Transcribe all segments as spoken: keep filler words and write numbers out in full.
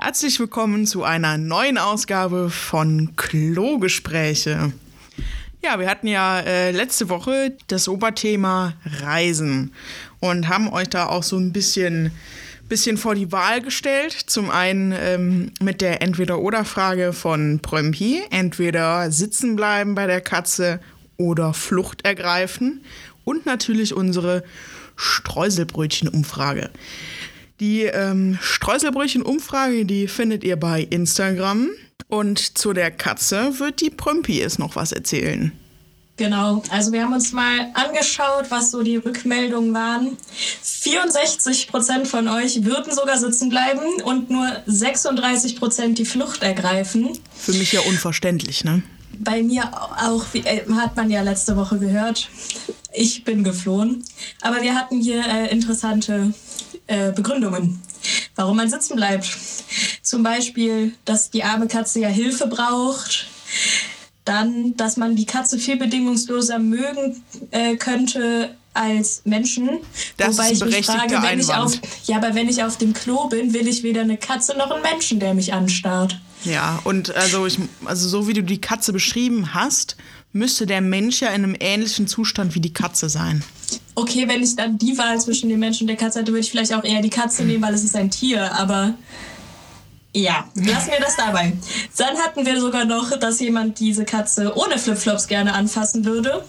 Herzlich willkommen zu einer neuen Ausgabe von Klogespräche. Ja, wir hatten ja äh, letzte Woche das Oberthema Reisen und haben euch da auch so ein bisschen, bisschen vor die Wahl gestellt. Zum einen ähm, mit der Entweder-Oder-Frage von Prömpi, entweder sitzen bleiben bei der Katze oder Flucht ergreifen, und natürlich unsere Streuselbrötchen-Umfrage. Die ähm, Streuselbrötchen-Umfrage, die findet ihr bei Instagram. Und zu der Katze wird die Prömpi jetzt noch was erzählen. Genau, also wir haben uns mal angeschaut, was so die Rückmeldungen waren. vierundsechzig Prozent von euch würden sogar sitzen bleiben und nur sechsunddreißig Prozent die Flucht ergreifen. Für mich ja unverständlich, ne? Bei mir auch, wie, äh, hat man ja letzte Woche gehört. Ich bin geflohen. Aber wir hatten hier äh, interessante äh, Begründungen, warum man sitzen bleibt. Zum Beispiel, dass die arme Katze ja Hilfe braucht. Dann, dass man die Katze viel bedingungsloser mögen äh, könnte als Menschen. Das Wobei ist ein ich mich frage, wenn Einwand. ich auf, ja, aber wenn ich auf dem Klo bin, will ich weder eine Katze noch einen Menschen, der mich anstarrt. Ja, und also, ich, also so wie du die Katze beschrieben hast, müsste der Mensch ja in einem ähnlichen Zustand wie die Katze sein. Okay, wenn ich dann die Wahl zwischen dem Menschen und der Katze hatte, würde ich vielleicht auch eher die Katze nehmen, weil es ist ein Tier, aber ja, lassen wir das dabei. Dann hatten wir sogar noch, dass jemand diese Katze ohne Flipflops gerne anfassen würde.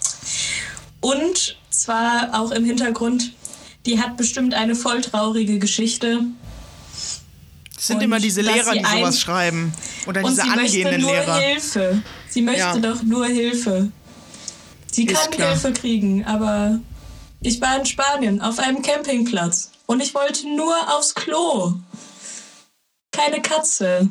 Und zwar auch im Hintergrund, die hat bestimmt eine voll traurige Geschichte. Es sind und immer diese Lehrer, die sowas ein- schreiben. Oder und diese sie möchte angehenden nur Lehrer. Hilfe. Sie möchte Ja. doch nur Hilfe. Sie Ist kann klar. Hilfe kriegen, aber ich war in Spanien auf einem Campingplatz und ich wollte nur aufs Klo. Keine Katze.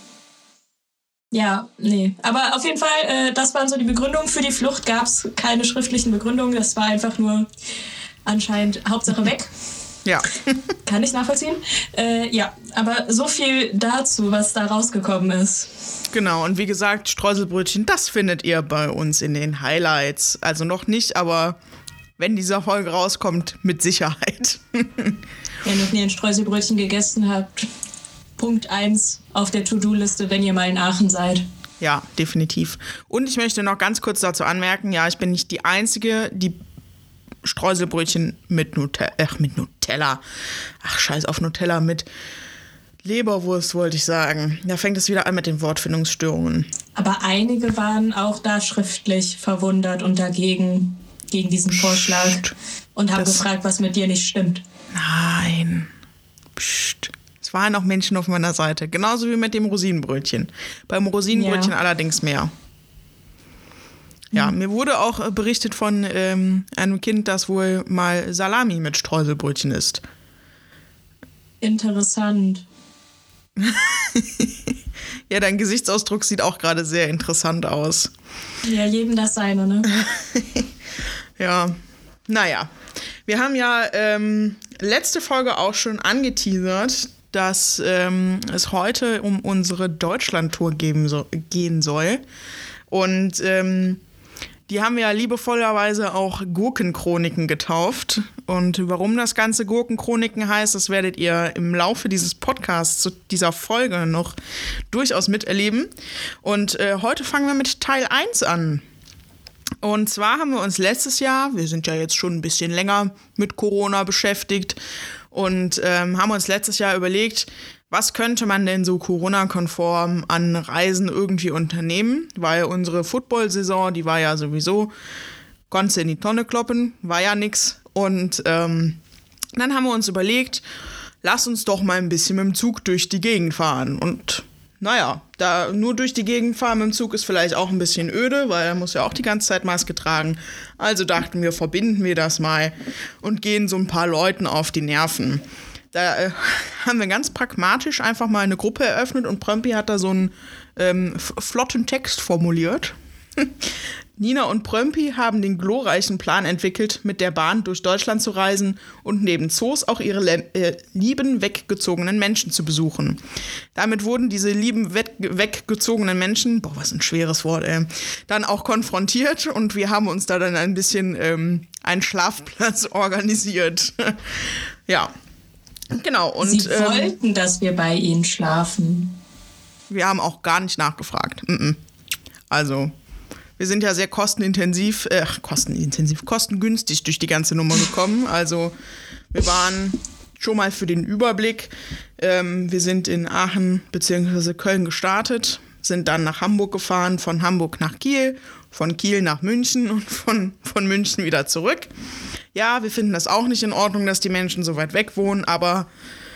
Ja, nee. Aber auf jeden Fall, äh, das waren so die Begründungen. Für die Flucht gab es keine schriftlichen Begründungen. Das war einfach nur anscheinend Hauptsache weg. Ja. Kann ich nachvollziehen. Äh, ja, aber so viel dazu, was da rausgekommen ist. Genau, und wie gesagt, Streuselbrötchen, das findet ihr bei uns in den Highlights. Also noch nicht, aber wenn diese Folge rauskommt, mit Sicherheit. Wenn ihr noch nie ein Streuselbrötchen gegessen habt, Punkt eins auf der To-Do-Liste, wenn ihr mal in Aachen seid. Ja, definitiv. Und ich möchte noch ganz kurz dazu anmerken, ja, ich bin nicht die Einzige, die Streuselbrötchen mit Nutella, ach, mit Nutella, ach, scheiß auf Nutella, mit Leberwurst, wollte ich sagen. Da fängt es wieder an mit den Wortfindungsstörungen. Aber einige waren auch da schriftlich verwundert und dagegen, gegen diesen Vorschlag und haben Das- gefragt, was mit dir nicht stimmt. Nein. Psst. Es waren auch Menschen auf meiner Seite. Genauso wie mit dem Rosinenbrötchen. Beim Rosinenbrötchen Ja. allerdings mehr. Ja, mir wurde auch äh, berichtet von ähm, einem Kind, das wohl mal Salami mit Streuselbrötchen isst. Interessant. Ja, dein Gesichtsausdruck sieht auch gerade sehr interessant aus. Ja, jedem das seine, ne? Ja, naja. Wir haben ja ähm, letzte Folge auch schon angeteasert, dass ähm, es heute um unsere Deutschland-Tour geben so, gehen soll. Und ähm, die haben wir ja liebevollerweise auch Gurkenchroniken getauft. Und warum das Ganze Gurkenchroniken heißt, das werdet ihr im Laufe dieses Podcasts, zu dieser Folge noch durchaus miterleben. Und äh, heute fangen wir mit Teil eins an. Und zwar haben wir uns letztes Jahr, wir sind ja jetzt schon ein bisschen länger mit Corona beschäftigt und ähm, haben uns letztes Jahr überlegt, was könnte man denn so Corona-konform an Reisen irgendwie unternehmen, weil unsere Football-Saison, die war ja sowieso, konnte in die Tonne kloppen, war ja nix. Und ähm, dann haben wir uns überlegt, lass uns doch mal ein bisschen mit dem Zug durch die Gegend fahren. Und naja, da nur durch die Gegend fahren mit dem Zug ist vielleicht auch ein bisschen öde, weil er muss ja auch die ganze Zeit Maske tragen. Also dachten wir, verbinden wir das mal und gehen so ein paar Leuten auf die Nerven. Da äh, haben wir ganz pragmatisch einfach mal eine Gruppe eröffnet und Prömpi hat da so einen ähm, f- flotten Text formuliert. Nina und Prömpi haben den glorreichen Plan entwickelt, mit der Bahn durch Deutschland zu reisen und neben Zoos auch ihre le- äh, lieben weggezogenen Menschen zu besuchen. Damit wurden diese lieben we- weggezogenen Menschen, boah, was ein schweres Wort, ey, dann auch konfrontiert und wir haben uns da dann ein bisschen ähm, einen Schlafplatz organisiert. Ja. Genau. Und, Sie ähm, wollten, dass wir bei ihnen schlafen. Wir haben auch gar nicht nachgefragt. Mm-mm. Also, wir sind ja sehr kostenintensiv, äh, kostenintensiv, kostengünstig durch die ganze Nummer gekommen. Also, wir waren schon mal für den Überblick. Ähm, wir sind in Aachen bzw. Köln gestartet, sind dann nach Hamburg gefahren, von Hamburg nach Kiel, von Kiel nach München und von, von München wieder zurück. Ja, wir finden das auch nicht in Ordnung, dass die Menschen so weit weg wohnen, aber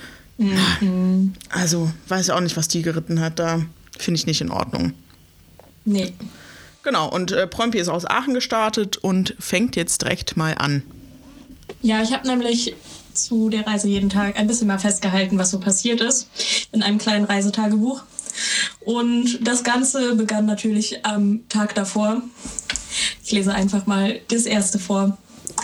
mhm. also weiß auch nicht, was die geritten hat, da finde ich nicht in Ordnung. Nee. Genau, und äh, Prompi ist aus Aachen gestartet und fängt jetzt direkt mal an. Ja, ich habe nämlich zu der Reise jeden Tag ein bisschen mal festgehalten, was so passiert ist, in einem kleinen Reisetagebuch. Und das Ganze begann natürlich am Tag davor. Ich lese einfach mal das erste vor.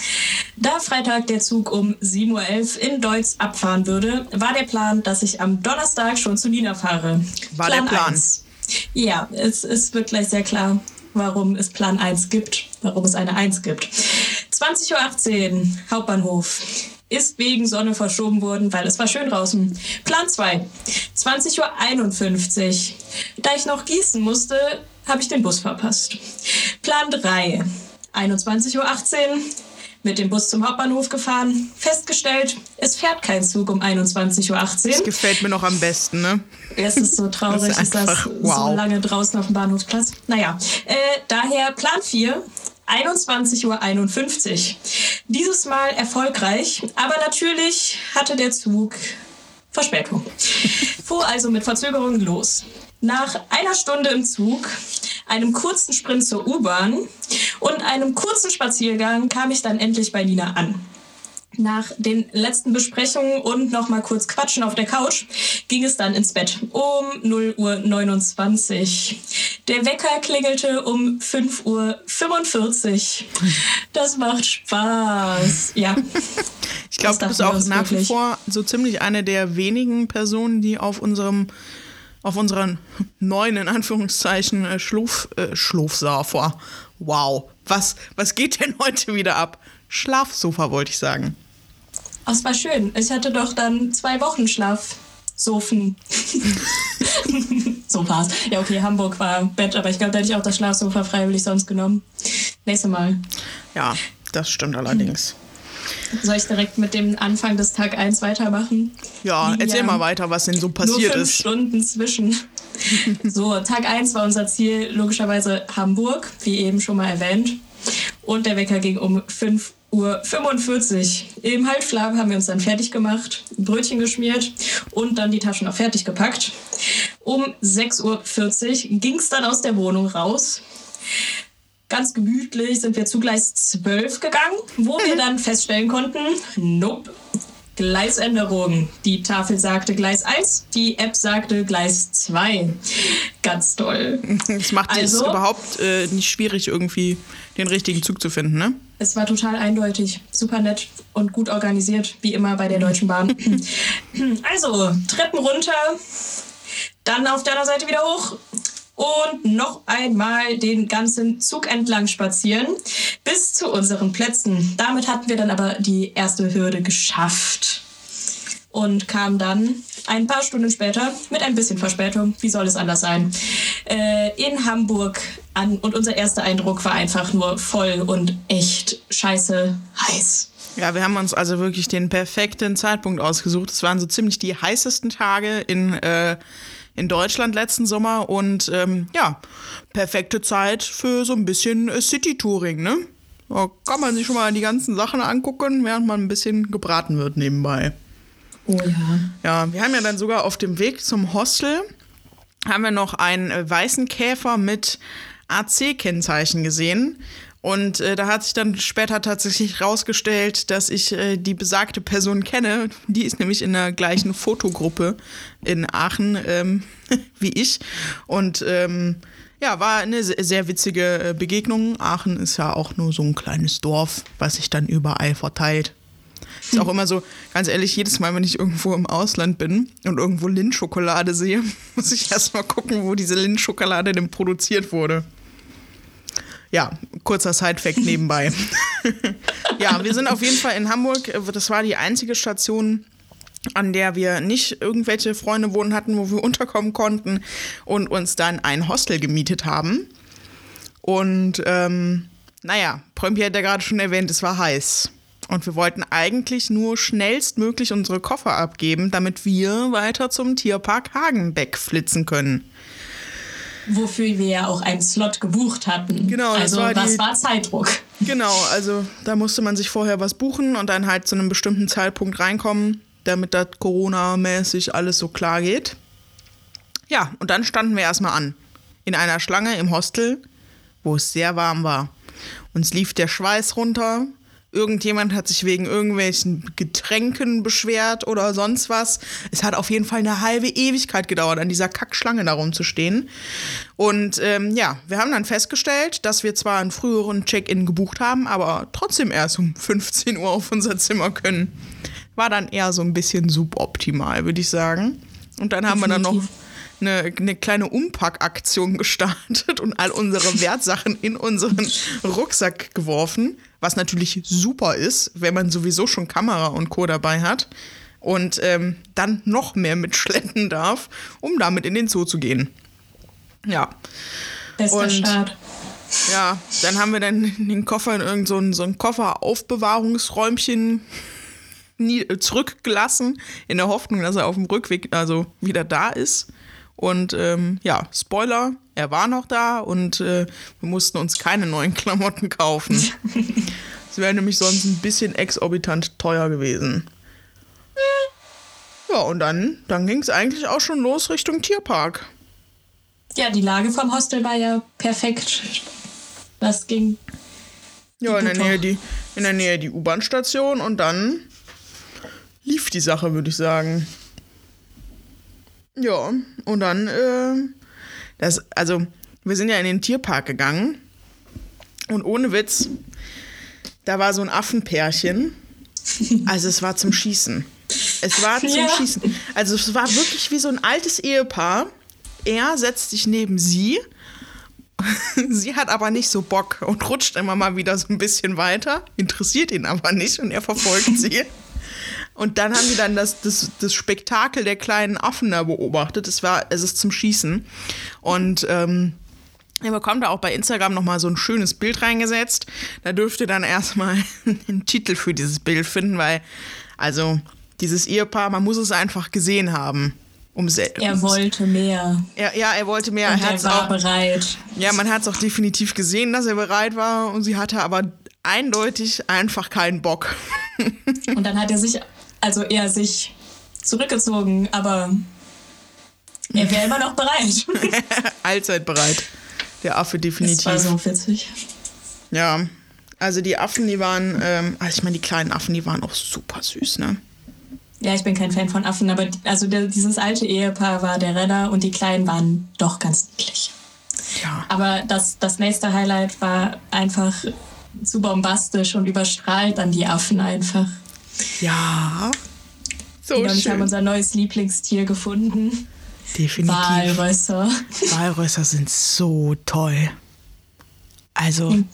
Da Freitag der Zug um sieben Uhr elf in Deutz abfahren würde, war der Plan, dass ich am Donnerstag schon zu Nina fahre. War Plan der Plan? eins. Ja, es, es wird gleich sehr klar, warum es Plan eins gibt, warum es eine eins gibt. zwanzig Uhr achtzehn, Hauptbahnhof. Ist wegen Sonne verschoben worden, weil es war schön draußen. Plan zwei, zwanzig Uhr einundfünfzig. Da ich noch gießen musste, habe ich den Bus verpasst. Plan drei, einundzwanzig Uhr achtzehn. Mit dem Bus zum Hauptbahnhof gefahren. Festgestellt, es fährt kein Zug um einundzwanzig Uhr achtzehn. Das gefällt mir noch am besten, ne? Es ist so traurig, das ist, einfach, ist das wow. So lange draußen auf dem Bahnhofsplatz. Naja, äh, daher Plan vier, einundzwanzig Uhr einundfünfzig. Dieses Mal erfolgreich, aber natürlich hatte der Zug Verspätung. Fuhr also mit Verzögerung los. Nach einer Stunde im Zug, einem kurzen Sprint zur U-Bahn und einem kurzen Spaziergang kam ich dann endlich bei Nina an. Nach den letzten Besprechungen und noch mal kurz quatschen auf der Couch ging es dann ins Bett um null Uhr neunundzwanzig. Der Wecker klingelte um fünf Uhr fünfundvierzig. Das macht Spaß. Ja. Ich glaube, du bist auch nach wirklich. wie vor so ziemlich eine der wenigen Personen, die auf unserem auf unseren neuen, in Anführungszeichen, äh, Schlaf, äh, Schlafsofa. Wow, was, was geht denn heute wieder ab? Schlafsofa wollte ich sagen. Oh, es war schön. Ich hatte doch dann zwei Wochen Schlafsofen. Sofas. Ja, okay, Hamburg war Bett, aber ich glaube, da hätte ich auch das Schlafsofa freiwillig sonst genommen. Nächstes Mal. Ja, das stimmt allerdings. Soll ich direkt mit dem Anfang des Tag eins weitermachen? Ja, erzähl ja mal weiter, was denn so passiert ist. Nur fünf ist. Stunden zwischen. So, Tag eins war unser Ziel logischerweise Hamburg, wie eben schon mal erwähnt. Und der Wecker ging um fünf Uhr fünfundvierzig. Im Halbschlaf haben wir uns dann fertig gemacht, Brötchen geschmiert und dann die Taschen auch fertig gepackt. Um sechs Uhr vierzig ging es dann aus der Wohnung raus. Ganz gemütlich sind wir zu Gleis zwölf gegangen, wo wir dann feststellen konnten, nope, Gleisänderung. Die Tafel sagte Gleis eins, die App sagte Gleis zwei. Ganz toll. Das macht es also, überhaupt äh, nicht schwierig, irgendwie den richtigen Zug zu finden, ne? Es war total eindeutig, super nett und gut organisiert, wie immer bei der Deutschen Bahn. Also, Treppen runter, dann auf deiner Seite wieder hoch. Und noch einmal den ganzen Zug entlang spazieren bis zu unseren Plätzen. Damit hatten wir dann aber die erste Hürde geschafft und kamen dann ein paar Stunden später mit ein bisschen Verspätung, wie soll es anders sein, äh, in Hamburg an. Und unser erster Eindruck war einfach nur voll und echt scheiße heiß. Ja, wir haben uns also wirklich den perfekten Zeitpunkt ausgesucht. Es waren so ziemlich die heißesten Tage in äh, in Deutschland letzten Sommer und ähm, ja, perfekte Zeit für so ein bisschen äh, City-Touring, ne? Da kann man sich schon mal die ganzen Sachen angucken, während man ein bisschen gebraten wird nebenbei. Oh ja. Ja, wir haben ja dann sogar auf dem Weg zum Hostel haben wir noch einen äh, weißen Käfer mit A C-Kennzeichen gesehen. Und äh, da hat sich dann später tatsächlich rausgestellt, dass ich äh, die besagte Person kenne. Die ist nämlich in der gleichen Fotogruppe in Aachen ähm, wie ich. Und ähm, ja, war eine sehr witzige äh, Begegnung. Aachen ist ja auch nur so ein kleines Dorf, was sich dann überall verteilt. Ist auch immer so, ganz ehrlich, jedes Mal, wenn ich irgendwo im Ausland bin und irgendwo Lindt-Schokolade sehe, muss ich erst mal gucken, wo diese Lindt-Schokolade denn produziert wurde. Ja, kurzer Side-Fact nebenbei. Ja, wir sind auf jeden Fall in Hamburg. Das war die einzige Station, an der wir nicht irgendwelche Freunde wohnen hatten, wo wir unterkommen konnten und uns dann ein Hostel gemietet haben. Und ähm, naja, Prömpi hat ja gerade schon erwähnt, es war heiß. Und wir wollten eigentlich nur schnellstmöglich unsere Koffer abgeben, damit wir weiter zum Tierpark Hagenbeck flitzen können. Wofür wir ja auch einen Slot gebucht hatten. Genau, das also war das die, war Zeitdruck. Genau, also da musste man sich vorher was buchen und dann halt zu einem bestimmten Zeitpunkt reinkommen, damit das Corona-mäßig alles so klar geht. Ja, und dann standen wir erstmal an. In einer Schlange im Hostel, wo es sehr warm war. Uns lief der Schweiß runter. Irgendjemand hat sich wegen irgendwelchen Getränken beschwert oder sonst was. Es hat auf jeden Fall eine halbe Ewigkeit gedauert, an dieser Kackschlange da rumzustehen. Und ähm, ja, wir haben dann festgestellt, dass wir zwar einen früheren Check-in gebucht haben, aber trotzdem erst um fünfzehn Uhr auf unser Zimmer können. War dann eher so ein bisschen suboptimal, würde ich sagen. Und dann haben Definitiv. wir dann noch eine, eine kleine Umpackaktion gestartet und all unsere Wertsachen in unseren Rucksack geworfen. Was natürlich super ist, wenn man sowieso schon Kamera und Co. dabei hat und ähm, dann noch mehr mitschleppen darf, um damit in den Zoo zu gehen. Ja. Bester und, Start. Ja, dann haben wir dann den Koffer in irgend so ein, so ein Kofferaufbewahrungsräumchen nie, zurückgelassen, in der Hoffnung, dass er auf dem Rückweg also wieder da ist. Und ähm, ja, Spoiler, er war noch da und äh, wir mussten uns keine neuen Klamotten kaufen. Das wäre nämlich sonst ein bisschen exorbitant teuer gewesen. Ja, und dann, dann ging es eigentlich auch schon los Richtung Tierpark. Ja, die Lage vom Hostel war ja perfekt. Das ging. Ja, in der Nähe die, in der Nähe die U-Bahn-Station und dann lief die Sache, würde ich sagen. Ja, und dann, äh, das, also, wir sind ja in den Tierpark gegangen und ohne Witz, da war so ein Affenpärchen, also es war zum Schießen. Es war zum ja. Schießen. Also es war wirklich wie so ein altes Ehepaar. Er setzt sich neben sie, sie hat aber nicht so Bock und rutscht immer mal wieder so ein bisschen weiter, interessiert ihn aber nicht und er verfolgt sie. Und dann haben die dann das, das, das Spektakel der kleinen Affen da beobachtet. Es war, es ist zum Schießen. Und ähm, ihr bekommt da auch bei Instagram nochmal so ein schönes Bild reingesetzt. Da dürft ihr dann erstmal den Titel für dieses Bild finden, weil, also, dieses Ehepaar, man muss es einfach gesehen haben. Um er wollte mehr. Er, ja, er wollte mehr. Und er, er war auch, bereit. Ja, man hat es auch definitiv gesehen, dass er bereit war. Und sie hatte aber eindeutig einfach keinen Bock. Und dann hat er sich... Also er sich zurückgezogen, aber er wäre immer noch bereit. Allzeit bereit. Der Affe definitiv. Das war so witzig. Ja, also die Affen, die waren, ähm, also ich meine, die kleinen Affen, die waren auch super süß, ne? Ja, ich bin kein Fan von Affen, aber also der, dieses alte Ehepaar war der Renner und die Kleinen waren doch ganz niedlich. Ja. Aber das, das nächste Highlight war einfach zu bombastisch und überstrahlt dann die Affen einfach. Ja, so Ina und ich schön. haben unser neues Lieblingstier gefunden. Definitiv. Walrösser. Walrösser sind so toll. Also, hm.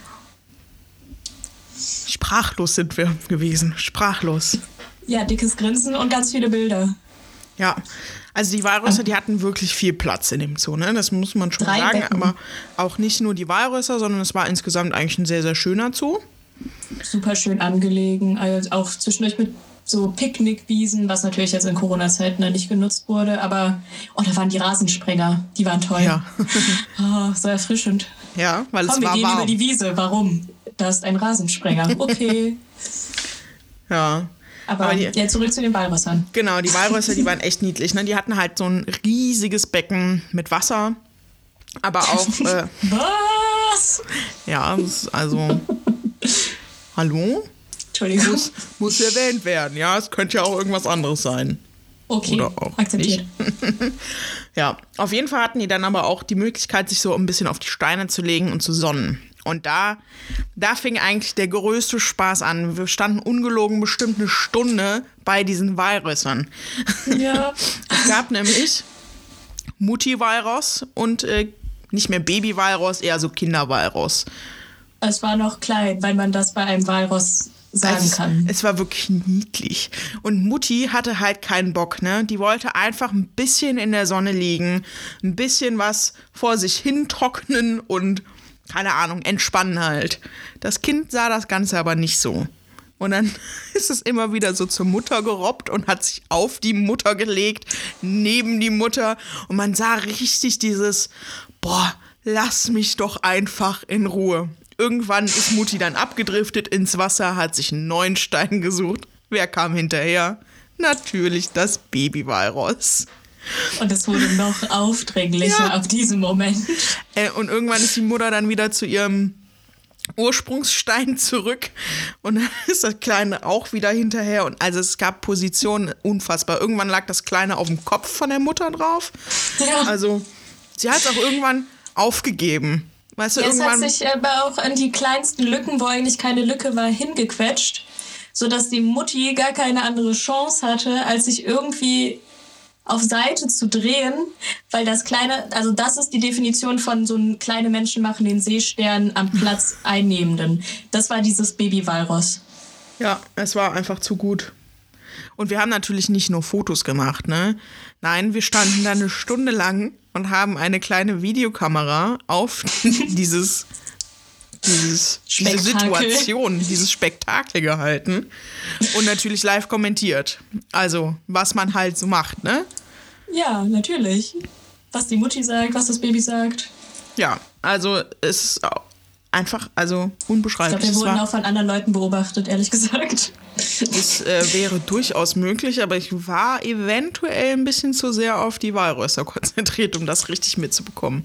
sprachlos sind wir gewesen. Sprachlos. Ja, dickes Grinsen und ganz viele Bilder. Ja, also die Walrösser, die hatten wirklich viel Platz in dem Zoo, ne? Das muss man schon Drei sagen. Becken. Aber auch nicht nur die Walrösser, sondern es war insgesamt eigentlich ein sehr, sehr schöner Zoo. Super schön angelegen, also auch zwischendurch mit so Picknickwiesen, was natürlich jetzt in Corona-Zeiten nicht genutzt wurde, aber oh, da waren die Rasensprenger, die waren toll. Ja. Oh, so erfrischend. Ja, weil Komm, es war wir gehen warm. über die Wiese. Warum? Da ist ein Rasensprenger. Okay. Ja. Aber, aber die, ja, zurück zu den Walrössern. Genau, die Walrösser, die waren echt niedlich. Ne? Die hatten halt so ein riesiges Becken mit Wasser, aber auch... Äh, Was? Ja, also... Hallo? Entschuldigung. Muss, muss erwähnt werden, ja. Es könnte ja auch irgendwas anderes sein. Okay, oder auch akzeptiert. Ja, auf jeden Fall hatten die dann aber auch die Möglichkeit, sich so ein bisschen auf die Steine zu legen und zu sonnen. Und da, da fing eigentlich der größte Spaß an. Wir standen ungelogen bestimmt eine Stunde bei diesen Walrössern. Ja. Es gab nämlich Mutti-Walross und äh, nicht mehr Baby-Walross, eher so Kinder-Walross. Es war noch klein, weil man das bei einem Walross sagen also, kann. Es war wirklich niedlich. Und Mutti hatte halt keinen Bock, ne? Die wollte einfach ein bisschen in der Sonne liegen, ein bisschen was vor sich hin trocknen und, keine Ahnung, entspannen halt. Das Kind sah das Ganze aber nicht so. Und dann ist es immer wieder so zur Mutter gerobbt und hat sich auf die Mutter gelegt, neben die Mutter. Und man sah richtig dieses, boah, lass mich doch einfach in Ruhe. Irgendwann ist Mutti dann abgedriftet ins Wasser, hat sich einen neuen Stein gesucht. Wer kam hinterher? Natürlich das Baby-Walross. Und es wurde noch aufdringlicher Ja. ab diesem Moment. Äh, und irgendwann ist die Mutter dann wieder zu ihrem Ursprungsstein zurück. Und dann ist das Kleine auch wieder hinterher. Und also es gab Positionen unfassbar. Irgendwann lag das Kleine auf dem Kopf von der Mutter drauf. Ja. Also sie hat es auch irgendwann aufgegeben. Weißt du, Es irgendwann. hat sich aber auch an die kleinsten Lücken, wo eigentlich keine Lücke war, hingequetscht, sodass die Mutti gar keine andere Chance hatte, als sich irgendwie auf Seite zu drehen, weil das kleine, also das ist die Definition von so einem kleine Menschen machen den Seestern am Platz einnehmenden. Das war dieses Baby-Walross. Ja, es war einfach zu gut. Und wir haben natürlich nicht nur Fotos gemacht, ne? Nein, wir standen da eine Stunde lang und haben eine kleine Videokamera auf dieses, dieses diese Spektakel. Situation, dieses Spektakel gehalten und natürlich live kommentiert. Also, was man halt so macht, ne? Ja, natürlich. Was die Mutti sagt, was das Baby sagt. Ja, also es ist auch einfach, also Ich unbeschreiblich. glaube, wir Es wurden war- auch von anderen Leuten beobachtet, ehrlich gesagt. Das äh, wäre durchaus möglich, aber ich war eventuell ein bisschen zu sehr auf die Walrösser konzentriert, um das richtig mitzubekommen.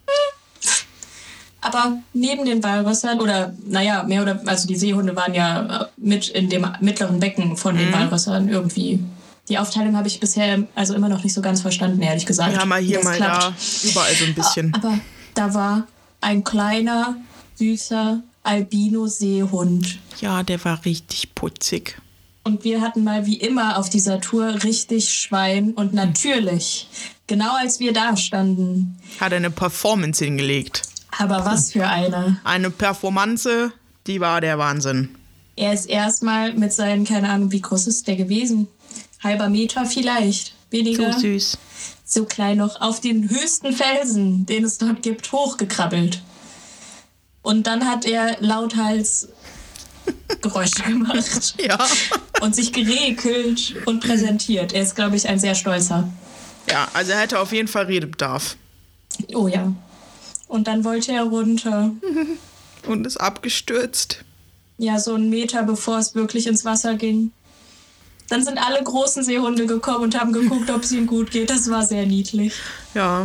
Aber neben den Walrössern, oder naja, mehr oder also die Seehunde waren ja äh, mit in dem mittleren Becken von den Walrössern irgendwie. Die Aufteilung habe ich bisher also immer noch nicht so ganz verstanden, ehrlich gesagt. Ja, mal wie hier, das mal klappt. da, überall so ein bisschen. Aber da war ein kleiner, süßer Albino-Seehund. Ja, der war richtig putzig. Und wir hatten mal wie immer auf dieser Tour richtig Schwein. Und natürlich, genau als wir da standen, Hat eine Performance hingelegt. aber was für eine. Eine Performance, die war der Wahnsinn. Er ist erstmal mit seinen, keine Ahnung, wie groß ist der gewesen? Halber Meter vielleicht, weniger. So süß. So klein noch, auf den höchsten Felsen, den es dort gibt, hochgekrabbelt. Und dann hat er lauthals Geräusche gemacht Ja. und sich gerekelt und präsentiert. Er ist, glaube ich, ein sehr stolzer. Ja, also er hätte auf jeden Fall Redebedarf. Oh ja. Und dann wollte er runter. Und ist abgestürzt. Ja, so einen Meter, bevor es wirklich ins Wasser ging. Dann sind alle großen Seehunde gekommen und haben geguckt, ob es ihm gut geht. Das war sehr niedlich. Ja.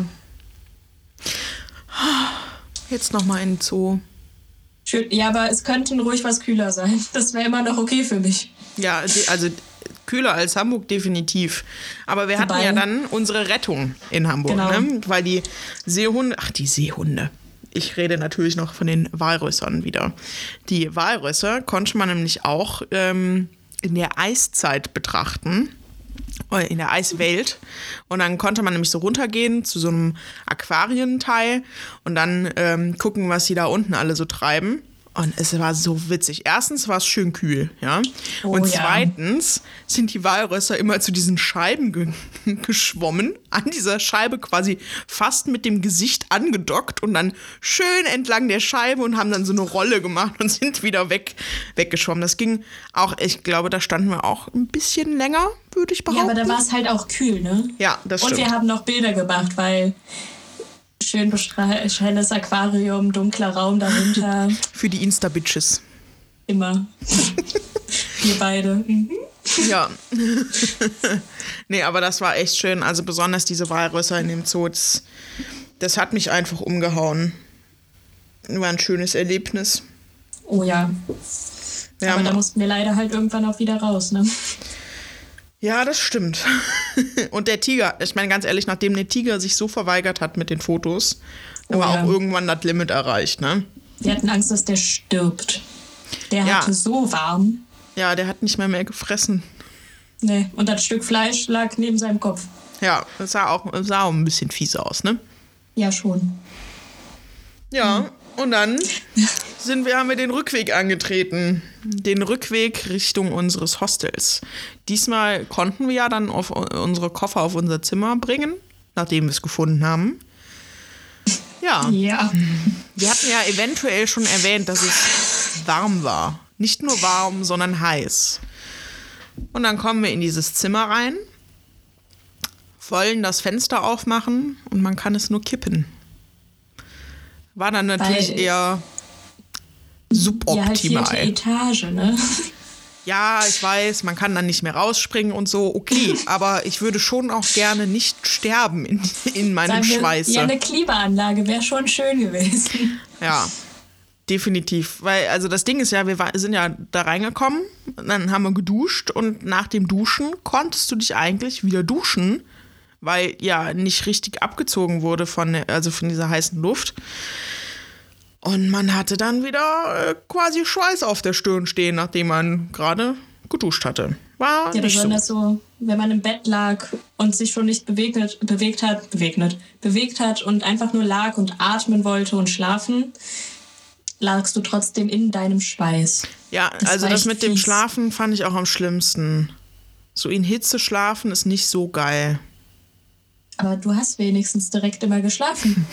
Jetzt noch mal in den Zoo. Schön. Ja, aber es könnte ruhig was kühler sein. Das wäre immer noch okay für mich. Ja, die- also kühler als Hamburg definitiv. Aber wir hatten Wobei- ja dann unsere Rettung in Hamburg, Genau. ne? Weil die Seehunde, ach die Seehunde. Ich rede natürlich noch von den Walrössern wieder. Die Walrösser konnte man nämlich auch ähm, in der Eiszeit betrachten. Oder in der Eiswelt. Und dann konnte man nämlich so runtergehen zu so einem Aquarienteil und dann ähm, gucken, was die da unten alle so treiben. Und es war so witzig. Erstens war es schön kühl, ja. Oh, und ja. zweitens sind die Walrösser immer zu diesen Scheiben ge geschwommen, an dieser Scheibe quasi fast mit dem Gesicht angedockt und dann schön entlang der Scheibe und haben dann so eine Rolle gemacht und sind wieder weg, weggeschwommen. Das ging auch, ich glaube, da standen wir auch ein bisschen länger, würde ich Ja, behaupten. aber da war es halt auch kühl, ne? Ja, das Und stimmt. wir haben noch Bilder gemacht, weil schön bestrahlt, helles Aquarium, dunkler Raum dahinter. Für die Insta-Bitches. Immer. Wir beide. Mhm. Ja. Nee, aber das war echt schön. Also besonders diese Walrösser in dem Zoo, das, das hat mich einfach umgehauen. War ein schönes Erlebnis. Oh ja. Wir Aber haben, da mussten wir leider halt irgendwann auch wieder raus, ne? ja, das stimmt. Und der Tiger, ich meine ganz ehrlich, nachdem der Tiger sich so verweigert hat mit den Fotos, da Oh war ja. auch irgendwann das Limit erreicht, ne? Wir hatten Angst, dass der stirbt. Der Ja. hatte so warm. Ja, der hat nicht mehr mehr gefressen. Nee. Und das Stück Fleisch lag neben seinem Kopf. Ja, das sah auch, sah auch ein bisschen fies aus, ne? Ja, schon. Ja, Und dann sind wir, haben wir den Rückweg angetreten. Den Rückweg Richtung unseres Hostels. Diesmal konnten wir ja dann auf unsere Koffer auf unser Zimmer bringen, nachdem wir es gefunden haben. Ja. Ja. Wir hatten ja eventuell schon erwähnt, dass es warm war. Nicht nur warm, sondern heiß. Und dann kommen wir in dieses Zimmer rein, wollen das Fenster aufmachen und man kann es nur kippen. War dann natürlich Weil, eher suboptimal. Ja, halt vierte Etage, ne? Ja, ich weiß, man kann dann nicht mehr rausspringen und so, okay. Aber ich würde schon auch gerne nicht sterben in, in meinem Sagen wir, Schweiße. Ja, eine Klimaanlage wäre schon schön gewesen. Ja, definitiv. Weil, also das Ding ist ja, wir war, sind ja da reingekommen, dann haben wir geduscht und nach dem Duschen konntest du dich eigentlich wieder duschen, weil ja nicht richtig abgezogen wurde von, also von dieser heißen Luft. Und man hatte dann wieder äh, quasi Schweiß auf der Stirn stehen, nachdem man gerade geduscht hatte. War Ja, nicht so. besonders so, wenn man im Bett lag und sich schon nicht bewegt, bewegt hat, bewegt, bewegt hat und einfach nur lag und atmen wollte und schlafen, lagst du trotzdem in deinem Schweiß. Ja, Das also war das echt mit dem fies. Schlafen fand ich auch am schlimmsten. So in Hitze schlafen ist nicht so geil. Aber du hast wenigstens direkt immer geschlafen.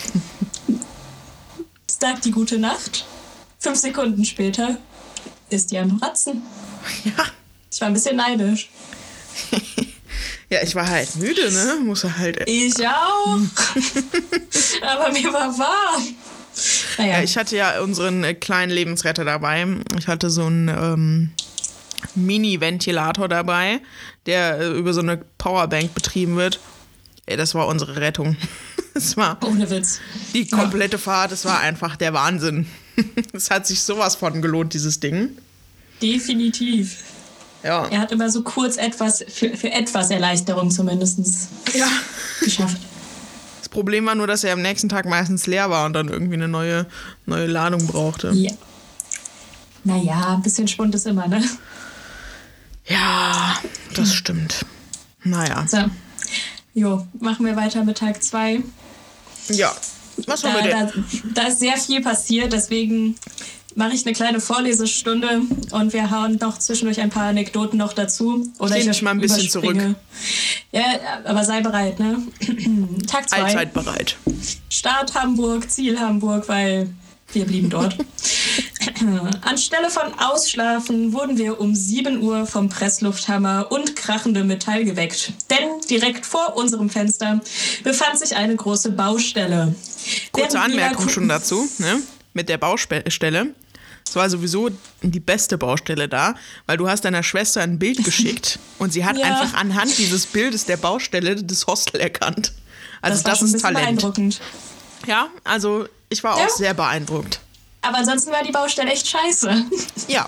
Sagt die gute Nacht. Fünf Sekunden später ist die am Ratzen. Ja. Ich war ein bisschen neidisch. Ja, ich war halt müde, ne? Muss halt. Ich auch. Aber mir war warm. Naja. Ja, ich hatte ja unseren äh, kleinen Lebensretter dabei. Ich hatte so einen ähm, Mini-Ventilator dabei, der äh, über so eine Powerbank betrieben wird. Ey, das war unsere Rettung. Das war Ohne Witz. die komplette Fahrt, das war einfach der Wahnsinn. Es hat sich sowas von gelohnt, dieses Ding. Definitiv. Ja. Er hat immer so kurz etwas, für, für etwas Erleichterung zumindest Ja. geschafft. Das Problem war nur, dass er am nächsten Tag meistens leer war und dann irgendwie eine neue, neue Ladung brauchte. Ja. Naja, ein bisschen Schwund ist immer, ne? Ja, das stimmt. Naja. So. Jo, machen wir weiter mit Tag zwei. Ja. Was haben Da, wir denn? da, da ist sehr viel passiert, deswegen mache ich eine kleine Vorlesestunde und wir hauen noch zwischendurch ein paar Anekdoten noch dazu. Oder Lehn ich dich mal ein bisschen überspringe. Ja, aber sei bereit, ne? Tag zwei. Allzeit bereit. Start Hamburg, Ziel Hamburg, weil wir blieben dort. Anstelle von Ausschlafen wurden wir um sieben Uhr vom Presslufthammer und krachendem Metall geweckt. Denn direkt vor unserem Fenster befand sich eine große Baustelle. Kurze Während wir Anmerkung da- schon dazu, ne? Mit der Baustelle. Es war sowieso die beste Baustelle da, weil du hast deiner Schwester ein Bild geschickt und sie hat Ja. einfach anhand dieses Bildes der Baustelle das Hostel erkannt. Also Das war das, schon ein ist bisschen Talent. beeindruckend. Ja, also ich war Ja. auch sehr beeindruckt. Aber ansonsten war die Baustelle echt scheiße. Ja.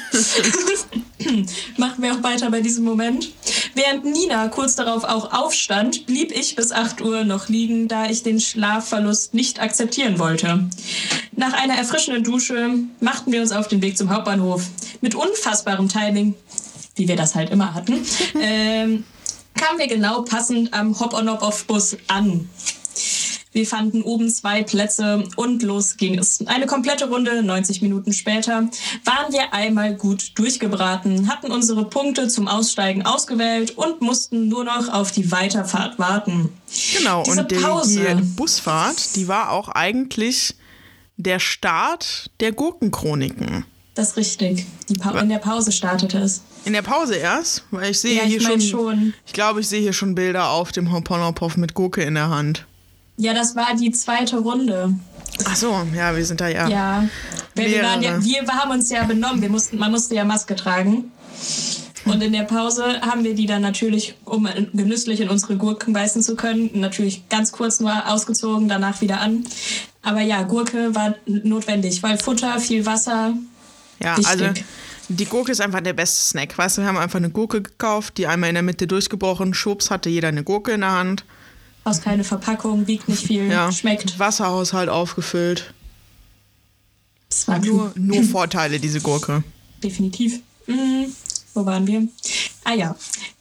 Machen wir auch weiter bei diesem Moment. Während Nina kurz darauf auch aufstand, blieb ich bis acht Uhr noch liegen, da ich den Schlafverlust nicht akzeptieren wollte. Nach einer erfrischenden Dusche machten wir uns auf den Weg zum Hauptbahnhof. Mit unfassbarem Timing, wie wir das halt immer hatten, ähm, kamen wir genau passend am Hop-on-Hop-off-Bus an. Wir fanden oben zwei Plätze und los ging es. Eine komplette Runde, neunzig Minuten später, waren wir einmal gut durchgebraten, hatten unsere Punkte zum Aussteigen ausgewählt und mussten nur noch auf die Weiterfahrt warten. Genau, Diese und die, Pause. die Busfahrt, die war auch eigentlich der Start der Gurkenchroniken. Das ist richtig. Die pa- in der Pause startete es. In der Pause erst, weil ich sehe Ja, ich hier mein schon, schon. ich glaube, ich sehe hier schon Bilder auf dem Hop-on-Hop-off mit Gurke in der Hand. Ja, das war die zweite Runde. Ach so, ja, wir sind da ja. Ja, wir, wir, waren ja, Mehrere. wir haben uns ja benommen. Wir mussten, man musste ja Maske tragen. Und in der Pause haben wir die dann natürlich, um genüsslich in unsere Gurken beißen zu können, natürlich ganz kurz nur ausgezogen, danach wieder an. Aber ja, Gurke war notwendig, weil Futter, viel Wasser, Ja, wichtig. also die Gurke ist einfach der beste Snack. Weißt du, wir haben einfach eine Gurke gekauft, die einmal in der Mitte durchgebrochen, schwupps, hatte jeder eine Gurke in der Hand. Aus keine Verpackung, wiegt nicht viel, Ja, schmeckt. Wasserhaushalt aufgefüllt. Das war Nur, klug. nur Vorteile, diese Gurke. Definitiv. Mhm. Wo waren wir? Ah ja,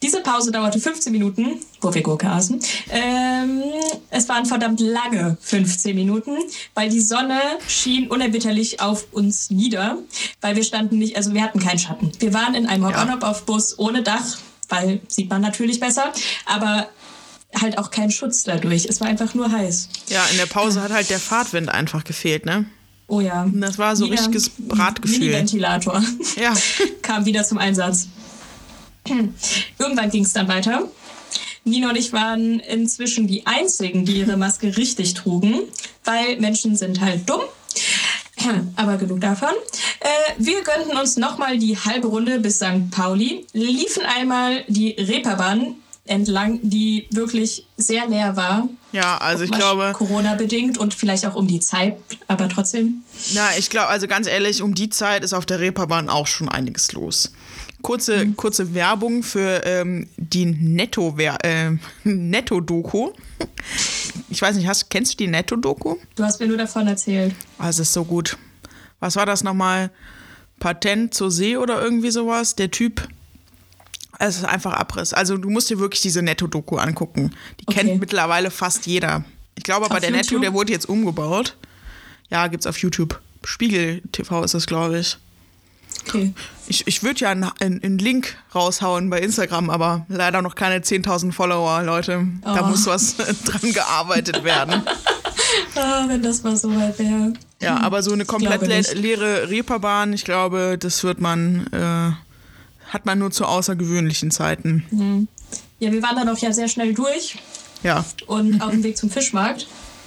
Diese Pause dauerte fünfzehn Minuten, wo wir Gurke aßen. Ähm, es waren verdammt lange fünfzehn Minuten, weil die Sonne schien unerbitterlich auf uns nieder, weil wir standen nicht, also wir hatten keinen Schatten. Wir waren in einem Hop-on-Hop-off-Bus ohne Dach, weil sieht man natürlich besser, aber halt auch kein Schutz dadurch. Es war einfach nur heiß. Ja, in der Pause hat halt der Fahrtwind einfach gefehlt, ne? Oh ja. Das war so Wieder richtiges Bratgefühl. Mini-Ventilator. Ja. Kam wieder zum Einsatz. Irgendwann ging es dann weiter. Nina und ich waren inzwischen die Einzigen, die ihre Maske richtig trugen, weil Menschen sind halt dumm. Aber genug davon. Äh, wir gönnten uns nochmal die halbe Runde bis Sankt Pauli, liefen einmal die Reeperbahn entlang, die wirklich sehr leer war. Ja, also ich glaube... Corona-bedingt und vielleicht auch um die Zeit, aber trotzdem. Ja, ich glaube, also ganz ehrlich, um die Zeit ist auf der Reeperbahn auch schon einiges los. Kurze, mhm. kurze Werbung für ähm, die Netto, äh, Netto-Doku. Ich weiß nicht, hast, kennst du die Netto-Doku? Du hast mir nur davon erzählt. Ah, es ist so gut. Was war das nochmal? Patent zur See oder irgendwie sowas? Der Typ... Es ist einfach Abriss. Also du musst dir wirklich diese Netto-Doku angucken. Die okay. kennt mittlerweile fast jeder. Ich glaube aber, auf der YouTube? Netto, der wurde jetzt umgebaut. Ja, gibt's auf YouTube. Spiegel T V ist das, glaube ich. Okay. Ich, ich würde ja einen, einen Link raushauen bei Instagram, aber leider noch keine zehntausend Follower, Leute. Oh. Da muss was dran gearbeitet werden. Ah, wenn das mal so weit wäre. Ja, aber so eine komplett le- leere Reeperbahn, ich glaube, das wird man... Äh, hat man nur zu außergewöhnlichen Zeiten. Mhm. Ja, wir waren dann auch ja sehr schnell durch. Ja. Und auf dem Weg zum Fischmarkt,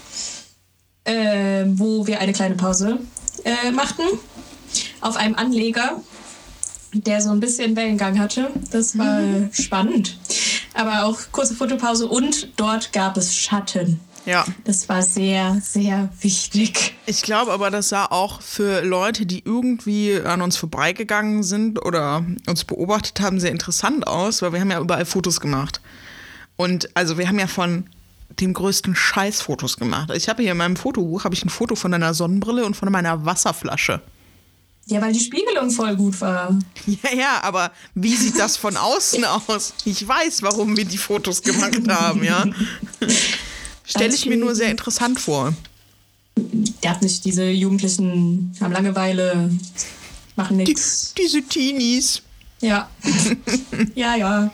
äh, wo wir eine kleine Pause äh, machten. Auf einem Anleger, der so ein bisschen Wellengang hatte. Das war mhm. spannend. Aber auch kurze Fotopause und dort gab es Schatten. Ja. Das war sehr, sehr wichtig. Ich glaube aber, das sah auch für Leute, die irgendwie an uns vorbeigegangen sind oder uns beobachtet haben, sehr interessant aus, weil wir haben ja überall Fotos gemacht. Und also wir haben ja von den größten Scheiß Fotos gemacht. Ich habe hier in meinem Fotobuch habe ich ein Foto von einer Sonnenbrille und von meiner Wasserflasche. Ja, weil die Spiegelung voll gut war. Ja, ja, aber wie sieht das von außen aus? Ich weiß, warum wir die Fotos gemacht haben, ja. Stelle ich mir nur sehr interessant vor. Der hat nicht diese Jugendlichen, haben Langeweile, machen nichts. Die, diese Teenies. Ja. ja, ja.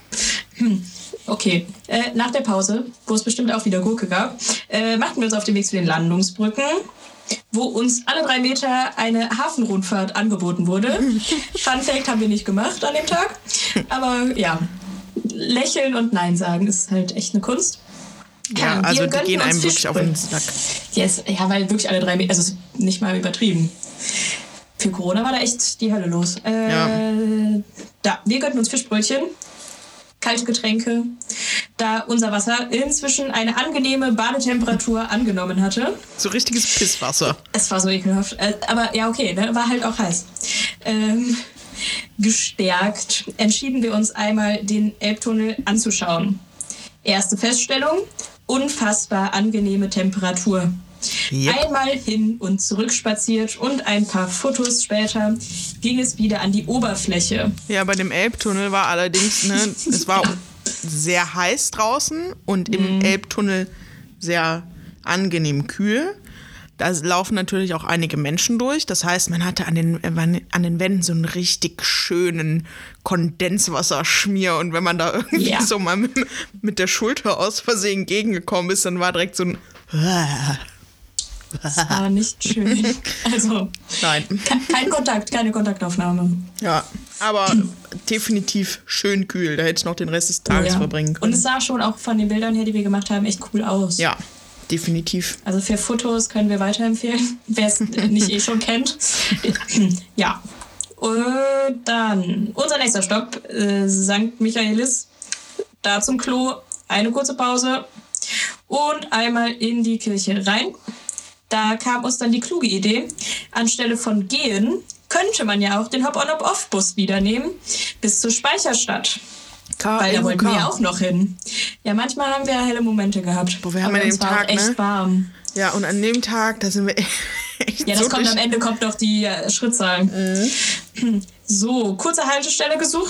Okay. Äh, nach der Pause, wo es bestimmt auch wieder Gurke gab, äh, machten wir uns auf den Weg zu den Landungsbrücken, wo uns alle drei Meter eine Hafenrundfahrt angeboten wurde. Fun Fact haben wir nicht gemacht an dem Tag. Aber ja, lächeln und Nein sagen ist halt echt eine Kunst. Ja, also die gehen einem wirklich auf den Sack. Yes, ja, weil wirklich alle drei Meter, also nicht mal übertrieben. Für Corona war da echt die Hölle los. Äh, ja. Da, wir gönnten uns Fischbrötchen, kalte Getränke, da unser Wasser inzwischen eine angenehme Badetemperatur angenommen hatte. So richtiges Pisswasser. Es war so ekelhaft. Äh, aber ja, okay, ne, war halt auch heiß. Ähm, gestärkt entschieden wir uns einmal, den Elbtunnel anzuschauen. Erste Feststellung, unfassbar angenehme Temperatur. Yep. Einmal hin und zurück spaziert und ein paar Fotos später ging es wieder an die Oberfläche. Ja, bei dem Elbtunnel war allerdings, ne, es war sehr heiß draußen und im mm. Elbtunnel sehr angenehm kühl. Da laufen natürlich auch einige Menschen durch. Das heißt, man hatte an den, an den Wänden so einen richtig schönen Kondenswasserschmier. Und wenn man da irgendwie ja. so mal mit, mit der Schulter aus Versehen gegengekommen ist, dann war direkt so ein... Das war nicht schön. Also, nein. Kein Kontakt, keine Kontaktaufnahme. Ja, aber definitiv schön kühl. Da hätte ich noch den Rest des Tages oh, ja. verbringen können. Und es sah schon auch von den Bildern her, die wir gemacht haben, echt cool aus. Ja. Definitiv. Also für Fotos können wir weiterempfehlen, wer es nicht eh schon kennt. Ja. Und dann unser nächster Stopp, äh, Sankt Michaelis. Da zum Klo, eine kurze Pause und einmal in die Kirche rein. Da kam uns dann die kluge Idee, anstelle von gehen, könnte man ja auch den Hop-on-Hop-off-Bus wieder nehmen bis zur Speicherstadt. K- Weil da wollten wir ja auch noch hin. Ja, manchmal haben wir ja helle Momente gehabt. Boah, wir haben an dem Tag, echt ne? warm. Ja, und an dem Tag, da sind wir echt Ja, das so kommt am Ende, kommt doch die äh, Schrittzahl. Mhm. So, kurze Haltestelle gesucht.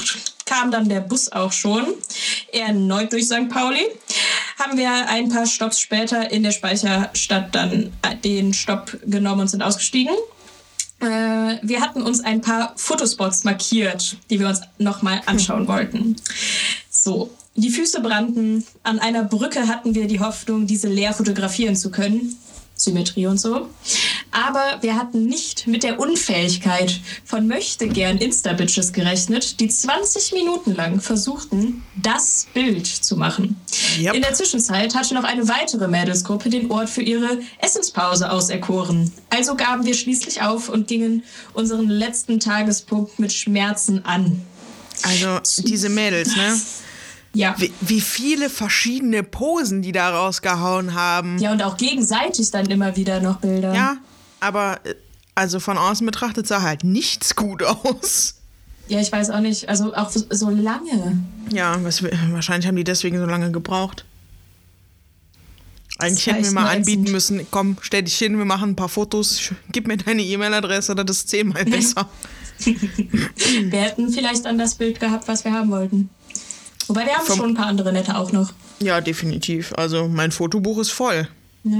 kam dann der Bus auch schon, erneut durch Sankt Pauli. Haben wir ein paar Stopps später in der Speicherstadt dann den Stopp genommen und sind ausgestiegen. Äh, wir hatten uns ein paar Fotospots markiert, die wir uns nochmal anschauen wollten. So, die Füße brannten. An einer Brücke hatten wir die Hoffnung, diese leer fotografieren zu können. Symmetrie und so. Aber wir hatten nicht mit der Unfähigkeit von möchtegern Insta-Bitches gerechnet, die zwanzig Minuten lang versuchten, das Bild zu machen. Yep. In der Zwischenzeit hatte noch eine weitere Mädelsgruppe den Ort für ihre Essenspause auserkoren. Also gaben wir schließlich auf und gingen unseren letzten Tagespunkt mit Schmerzen an. Also diese Mädels, ne? Ja. Wie, wie viele verschiedene Posen die da rausgehauen haben. Ja, und auch gegenseitig dann immer wieder noch Bilder. Ja, aber also von außen betrachtet sah halt nichts gut aus. Ja, ich weiß auch nicht. Also auch so lange. Ja, was, wahrscheinlich haben die deswegen so lange gebraucht. Eigentlich Das hätten wir heißt mal nur anbieten ätzend. müssen, komm, stell dich hin, wir machen ein paar Fotos, gib mir deine E-Mail-Adresse, das ist zehnmal besser. Wir hätten vielleicht dann das Bild gehabt, was wir haben wollten. Wobei wir haben Vom- schon ein paar andere nette auch noch. Ja, definitiv. Also mein Fotobuch ist voll. Ja.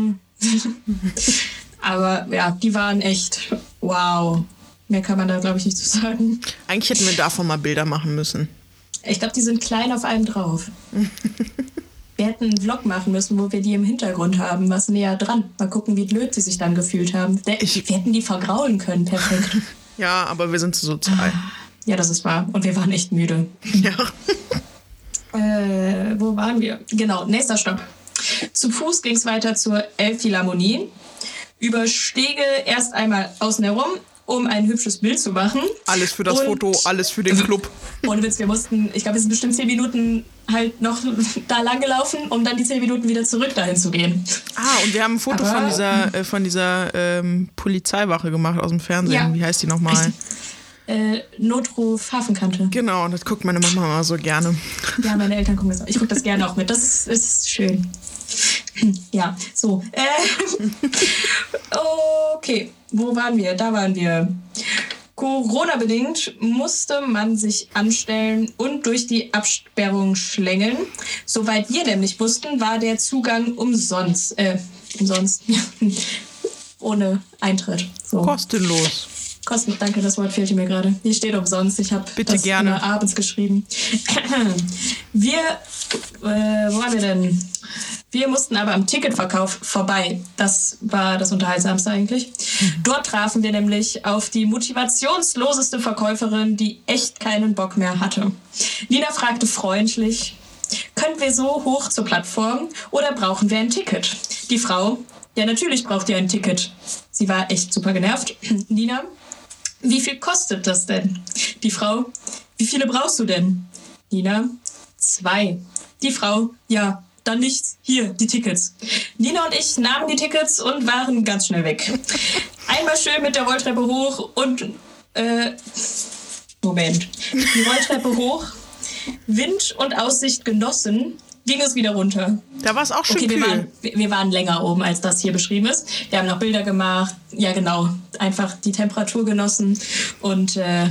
Aber ja, die waren echt wow. Mehr kann man da, glaube ich, nicht zu sagen. Eigentlich hätten wir davon mal Bilder machen müssen. Ich glaube, die sind klein auf einem drauf. Wir hätten einen Vlog machen müssen, wo wir die im Hintergrund haben, was näher dran. Mal gucken, wie blöd sie sich dann gefühlt haben. Der, Ich- wir hätten die vergraulen können, perfekt. Ja, aber wir sind zu sozial. Ja, das ist wahr. Und wir waren echt müde. Ja. Äh, wo waren wir? Genau, nächster Stopp. Zu Fuß ging es weiter zur Elbphilharmonie. Über Stege erst einmal außen herum, um ein hübsches Bild zu machen. Alles für das Und- Foto, alles für den Club. Ohne Witz, wir mussten, ich glaube, wir sind bestimmt zehn Minuten halt noch da lang gelaufen, um dann die zehn Minuten wieder zurück dahin zu gehen. Ah, und wir haben ein Foto Aber- von dieser, äh, von dieser ähm, Polizeiwache gemacht aus dem Fernsehen. Ja. Wie heißt die nochmal? Äh, Notruf Hafenkante. Genau, das guckt meine Mama mal so gerne. Ja, meine Eltern gucken das auch. Ich gucke das gerne auch mit. Das ist, ist schön. Ja, so. Äh, okay, wo waren wir? Da waren wir. Corona-bedingt musste man sich anstellen und durch die Absperrung schlängeln. Soweit wir nämlich wussten, war der Zugang umsonst. Äh, umsonst. Ohne Eintritt. So. Kostenlos. Kosten, danke, das Wort fehlte mir gerade. Hier steht umsonst. Ich habe Bitte das gerne. immer abends geschrieben. Wir, äh, wo waren wir denn? Wir mussten aber am Ticketverkauf vorbei. Das war das Unterhaltsamste eigentlich. Dort trafen wir nämlich auf die motivationsloseste Verkäuferin, die echt keinen Bock mehr hatte. Nina fragte freundlich, können wir so hoch zur Plattform oder brauchen wir ein Ticket? Die Frau, ja natürlich braucht ihr ein Ticket. Sie war echt super genervt. Nina, wie viel kostet das denn? Die Frau, wie viele brauchst du denn? Nina, zwei. Die Frau, ja, dann nichts. Hier, die Tickets. Nina und ich nahmen die Tickets und waren ganz schnell weg. Einmal schön mit der Rolltreppe hoch und, äh, Moment. Die Rolltreppe hoch, Wind und Aussicht genossen, ging es wieder runter. Da war es auch schön Okay, wir kühl. waren, wir wir waren länger oben, als das hier beschrieben ist. Wir haben noch Bilder gemacht. Ja, genau. Einfach die Temperatur genossen. Und äh,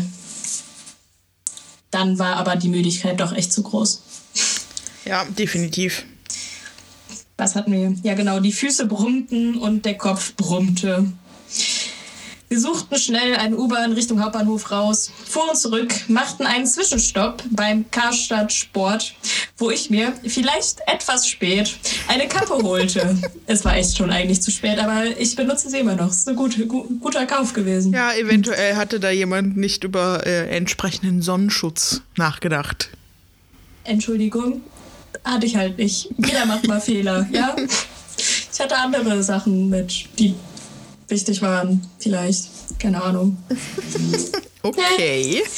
dann war aber die Müdigkeit doch echt zu groß. Ja, definitiv. Was hatten wir? Ja, genau. Die Füße brummten und der Kopf brummte. Wir suchten schnell eine U-Bahn Richtung Hauptbahnhof raus, fuhren zurück, machten einen Zwischenstopp beim Karstadt Sport, wo ich mir, vielleicht etwas spät, eine Kappe holte. Es war echt schon eigentlich zu spät, aber ich benutze sie immer noch. Es ist ein gut, gu- guter Kauf gewesen. Ja, eventuell hatte da jemand nicht über äh, entsprechenden Sonnenschutz nachgedacht. Entschuldigung, hatte ich halt nicht. Jeder macht mal Fehler, ja? Ich hatte andere Sachen mit, die wichtig waren, vielleicht. Keine Ahnung. Okay.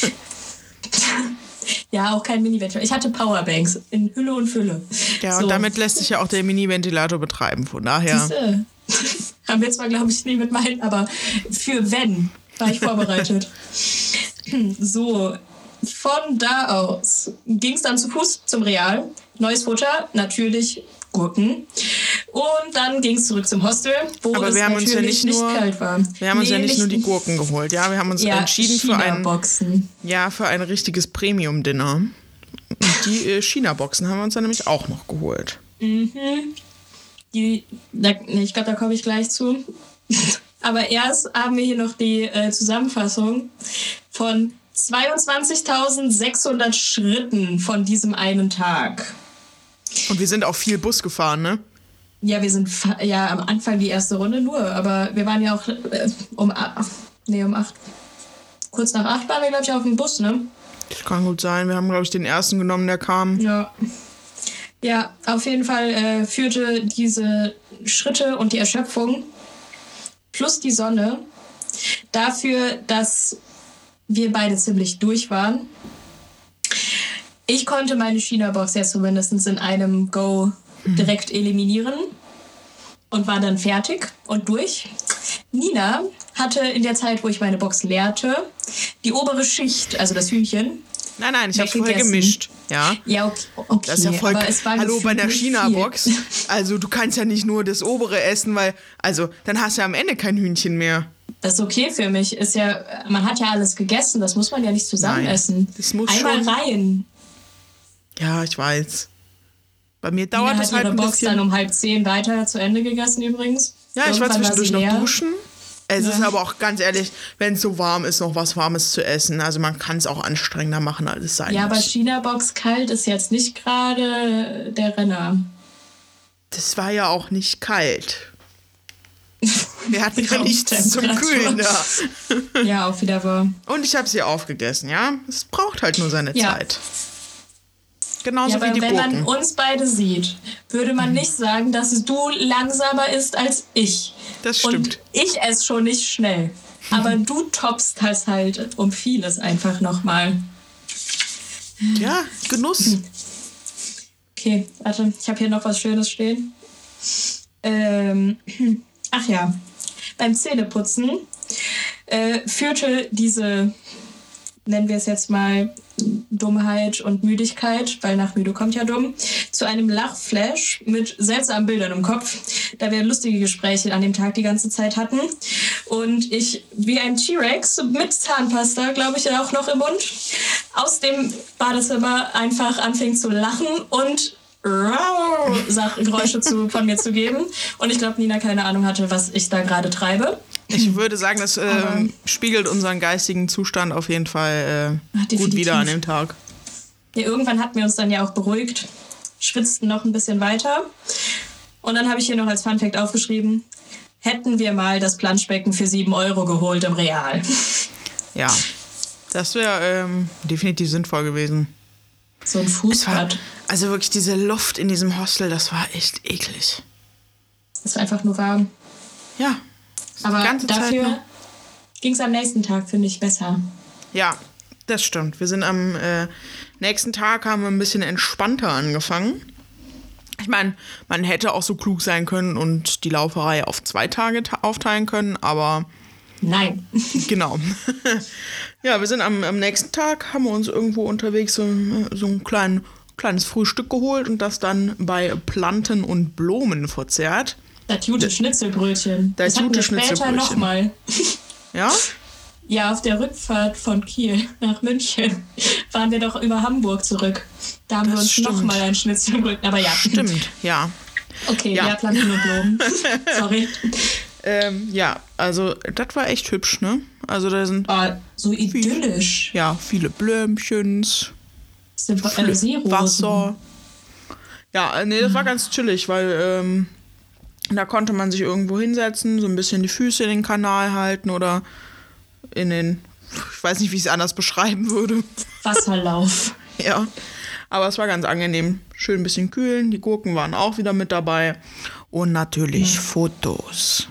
Ja, auch kein Mini-Ventilator. Ich hatte Powerbanks in Hülle und Fülle. Ja, So. und damit lässt sich ja auch der Mini-Ventilator betreiben. Von daher. Siehste, haben wir zwar, glaube ich, nie mit meinen, aber für wenn war ich vorbereitet. So, von da aus ging es dann zu Fuß zum Real. Neues Futter, natürlich Gurken. Und dann ging es zurück zum Hostel, wo Aber es wir haben uns ja natürlich nicht nur, nicht kalt war. Wir haben uns Nee, ja nicht nur die Gurken geholt. Ja, wir haben uns ja, entschieden für ein, China-Boxen. ja, für ein richtiges Premium-Dinner. Und die äh, China-Boxen haben wir uns dann nämlich auch noch geholt. Mhm. Die, da, nee, ich glaube, da komme ich gleich zu. Aber erst haben wir hier noch die äh, Zusammenfassung von zweiundzwanzigtausendsechshundert Schritten von diesem einen Tag. Und wir sind auch viel Bus gefahren, ne? Ja, wir sind fa- ja am Anfang die erste Runde nur, aber wir waren ja auch äh, um, a- nee, um acht. Kurz nach acht waren wir, glaube ich, auf dem Bus, ne? Das kann gut sein. Wir haben, glaube ich, den ersten genommen, der kam. Ja. Ja, auf jeden Fall äh, führte diese Schritte und die Erschöpfung plus die Sonne dafür, dass wir beide ziemlich durch waren. Ich konnte meine China-Box ja zumindest in einem Go direkt eliminieren und war dann fertig und durch. Nina hatte in der Zeit, wo ich meine Box leerte, die obere Schicht, also das Hühnchen. Nein, nein, ich habe vorher weggegessen. gemischt. Ja. Ja, okay, okay, Das ist ja voll. aber es war Hallo, bei der gefühlt nicht China-Box. viel. Also, du kannst ja nicht nur das obere essen, weil, also, dann hast du ja am Ende kein Hühnchen mehr. Das ist okay für mich. Ist ja, man hat ja alles gegessen, das muss man ja nicht zusammen Nein, essen. das muss Einmal schon- rein. Ja, ich weiß. Bei mir Nina dauert hat es halt ihre ein Box bisschen. dann um halb zehn weiter zu Ende gegessen übrigens. Ja, ich war Irgendwann zwischendurch sie noch leer. duschen. Es Ja. ist aber auch ganz ehrlich, wenn es so warm ist, noch was Warmes zu essen. Also man kann es auch anstrengender machen, als es sein Ja, aber muss. China-Box kalt ist jetzt nicht gerade der Renner. Das war ja auch nicht kalt. Wir hatten ja nichts zum Raumtemperatur. Kühlen da. Ja, auch wieder warm. Und ich habe sie aufgegessen, ja. Es braucht halt nur seine Ja. Zeit. Genauso Ja, wie aber die wenn Gurken. man uns beide sieht, würde man nicht sagen, dass du langsamer isst als ich. Das stimmt. Und ich esse schon nicht schnell. Aber du toppst das halt um vieles einfach nochmal. Ja, Genuss. Okay, warte, ich habe hier noch was Schönes stehen. Ähm, ach ja, beim Zähneputzen äh, führte diese, nennen wir es jetzt mal, Dummheit und Müdigkeit, weil nach müde kommt ja dumm, zu einem Lachflash mit seltsamen Bildern im Kopf, da wir lustige Gespräche an dem Tag die ganze Zeit hatten und ich wie ein T-Rex mit Zahnpasta, glaube ich, auch noch im Mund, aus dem Badezimmer einfach anfing zu lachen und Geräusche zu, von mir zu geben. Und ich glaube, Nina keine Ahnung hatte, was ich da gerade treibe. Ich würde sagen, das Aber- ähm, spiegelt unseren geistigen Zustand auf jeden Fall äh, Ach, gut definitiv. wieder an dem Tag. Ja, irgendwann hatten wir uns dann ja auch beruhigt, schwitzten noch ein bisschen weiter. Und dann habe ich hier noch als Funfact aufgeschrieben, hätten wir mal das Planschbecken für sieben Euro geholt im Real. Ja, das wäre ähm, definitiv sinnvoll gewesen. So ein Es war, Fußbad. also wirklich diese Luft in diesem Hostel, das war echt eklig. Das war einfach nur warm. Ja. die Aber ganze Zeit dafür noch- ging es am nächsten Tag, finde ich, besser. Ja, das stimmt. Wir sind am äh, nächsten Tag, haben wir ein bisschen entspannter angefangen. Ich meine, man hätte auch so klug sein können und die Lauferei auf zwei Tage ta- aufteilen können, aber Nein. genau. Ja, wir sind am, am nächsten Tag, haben wir uns irgendwo unterwegs so, so ein klein, kleines Frühstück geholt und das dann bei Planten und Blumen verzehrt. Das gute Schnitzelbrötchen. Das hatten gute wir später Schnitzelbrötchen. nochmal. Ja? Ja, auf der Rückfahrt von Kiel nach München waren wir doch über Hamburg zurück. Da haben Das wir uns stimmt. nochmal ein Schnitzelbrötchen. Aber ja. Stimmt, ja. Okay, Ja. ja, Planten und Blumen. Sorry. Ähm, ja, also das war echt hübsch, ne? Also da sind Oh, so idyllisch. ja viele Blümchens, Das sind viele äh, Seerosen. Wasser. Ja, äh, nee, das war ganz chillig, weil ähm, da konnte man sich irgendwo hinsetzen, so ein bisschen die Füße in den Kanal halten oder in den, ich weiß nicht, wie ich es anders beschreiben würde. Wasserlauf. Ja, aber es war ganz angenehm. Schön ein bisschen kühlen, die Gurken waren auch wieder mit dabei und natürlich Fotos.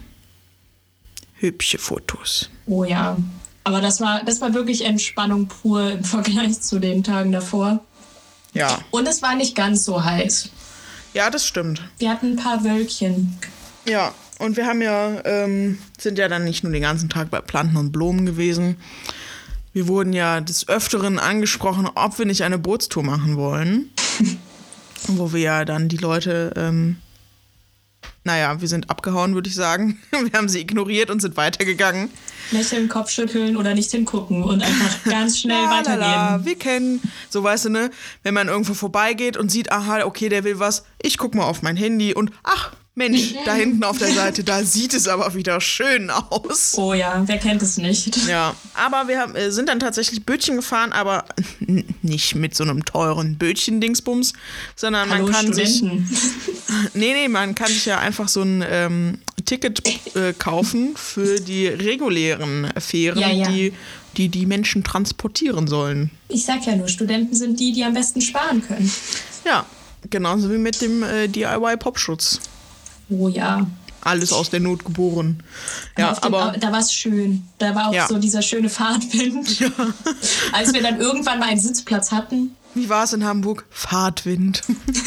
Hübsche Fotos. Oh ja. Aber das war, das war wirklich Entspannung pur im Vergleich zu den Tagen davor. Ja, Und es war nicht ganz so heiß. ja, das stimmt. Wir hatten ein paar Wölkchen. Ja, und wir haben ja, ähm, sind ja dann nicht nur den ganzen Tag bei Planten und Blumen gewesen. Wir wurden ja des Öfteren angesprochen, ob wir nicht eine Bootstour machen wollen. Wo wir ja dann die Leute ähm, naja, wir sind abgehauen, würde ich sagen. Wir haben sie ignoriert und sind weitergegangen. Lächeln, Kopfschütteln oder nicht hingucken und einfach ganz schnell la, weitergehen. La, la. Wir kennen, so weißt du, ne, wenn man irgendwo vorbeigeht und sieht, aha, okay, der will was, ich guck mal auf mein Handy und ach, Mensch, da hinten auf der Seite, da sieht es aber wieder schön aus. Oh ja, wer kennt es nicht? Ja, aber wir haben, sind dann tatsächlich Bötchen gefahren, aber n- nicht mit so einem teuren Bötchen-Dingsbums, sondern Hallo, man kann Studenten. sich... Nee, nee, man kann sich ja einfach so ein ähm, Ticket äh, kaufen für die regulären Fähren, Ja, ja. die, die die Menschen transportieren sollen. Ich sag ja nur, Studenten sind die, die am besten sparen können. Ja, genauso wie mit dem äh, D I Y-Popschutz. Oh ja. Alles aus der Not geboren. Ja, Auf dem, aber da war es schön. Da war auch Ja. so dieser schöne Fahrtwind. Ja. Als wir dann irgendwann mal einen Sitzplatz hatten. wie war es in Hamburg? Fahrtwind.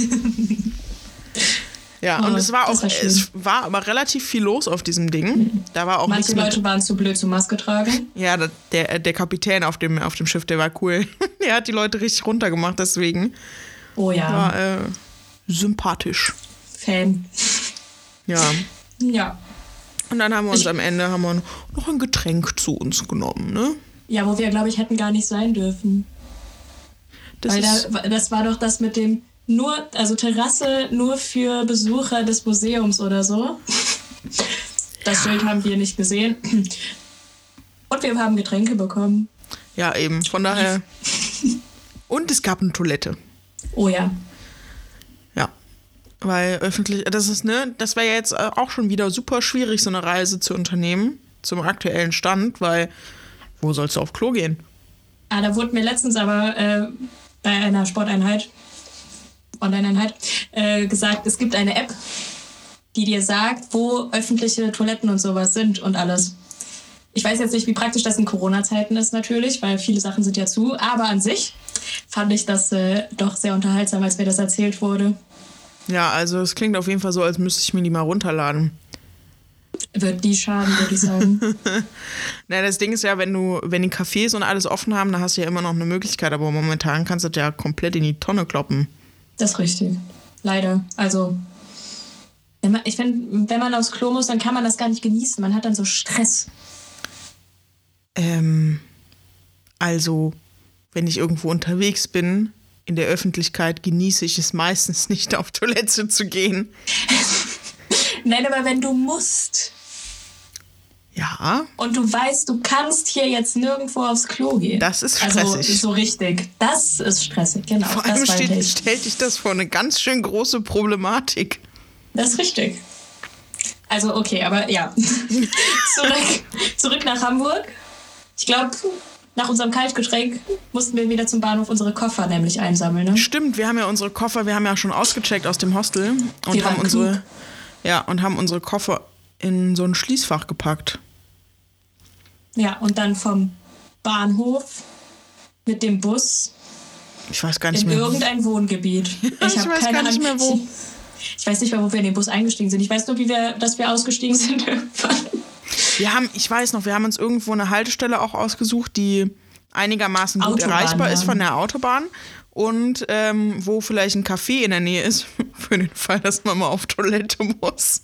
Ja, Oh, und es war das auch, war schön. es war aber relativ viel los auf diesem Ding. Da war auch Manche nichts Leute mit, waren zu blöd zum Maske tragen. ja, da- der, der Kapitän auf dem, auf dem Schiff, der war cool. Der hat die Leute richtig runtergemacht, deswegen Oh ja, war äh, sympathisch. Fan. Ja. Ja. Und dann haben wir uns Ich- am Ende haben wir noch ein Getränk zu uns genommen, ne? Ja, wo wir, glaube ich, hätten gar nicht sein dürfen. Das Weil ist, da, das war doch das mit dem nur, also Terrasse nur für Besucher des Museums oder so. Das Schild haben wir nicht gesehen. Und wir haben Getränke bekommen. ja, eben. Von daher. Und es gab eine Toilette. Oh ja. Ja. Weil öffentlich, das ist, ne, das wäre ja jetzt auch schon wieder super schwierig, so eine Reise zu unternehmen, zum aktuellen Stand, weil wo sollst du auf Klo gehen? Ah, da wurde mir letztens aber äh, bei einer Sporteinheit, Online-Einheit, äh, gesagt, es gibt eine App, die dir sagt, wo öffentliche Toiletten und sowas sind und alles. Ich weiß jetzt nicht, wie praktisch das in Corona-Zeiten ist natürlich, weil viele Sachen sind ja zu, aber an sich fand ich das äh, doch sehr unterhaltsam, als mir das erzählt wurde. Ja, also es klingt auf jeden Fall so, als müsste ich mir die mal runterladen. Wird die schaden, würde ich sagen. Na, das Ding ist ja, wenn du, wenn die Cafés und alles offen haben, dann hast du ja immer noch eine Möglichkeit, aber momentan kannst du das ja komplett in die Tonne kloppen. Das ist richtig. Leider. Also, wenn man, ich finde, wenn man aufs Klo muss, dann kann man das gar nicht genießen. Man hat dann so Stress. Ähm, also, wenn ich irgendwo unterwegs bin, in der Öffentlichkeit, genieße ich es meistens nicht, auf Toilette zu gehen. Nein, aber wenn du musst Ja, und du weißt, du kannst hier jetzt nirgendwo aufs Klo gehen. Das ist Also stressig. so richtig. Das ist stressig, genau. vor das allem meinte steht, ich. stellt dich das vor eine ganz schön große Problematik. Das ist richtig. Also okay, aber ja. zurück, zurück nach Hamburg. Ich glaube, nach unserem Kaltgetränk mussten wir wieder zum Bahnhof unsere Koffer nämlich einsammeln. Ne? Stimmt, wir haben ja unsere Koffer, wir haben ja schon ausgecheckt aus dem Hostel und Wir haben waren unsere, klug. ja, und haben unsere Koffer in so ein Schließfach gepackt. Ja, und dann vom Bahnhof mit dem Bus Ich weiß gar nicht in mehr. irgendein Wohngebiet. ich hab weiß gar nicht mehr, wo. Ich weiß nicht mehr, wo wir in den Bus eingestiegen sind. Ich weiß nur, wie wir, dass wir ausgestiegen sind irgendwann. Wir haben, ich weiß noch, wir haben uns irgendwo eine Haltestelle auch ausgesucht, die einigermaßen gut Autobahn erreichbar ist waren. von der Autobahn und ähm, wo vielleicht ein Café in der Nähe ist, für den Fall, dass man mal auf Toilette muss.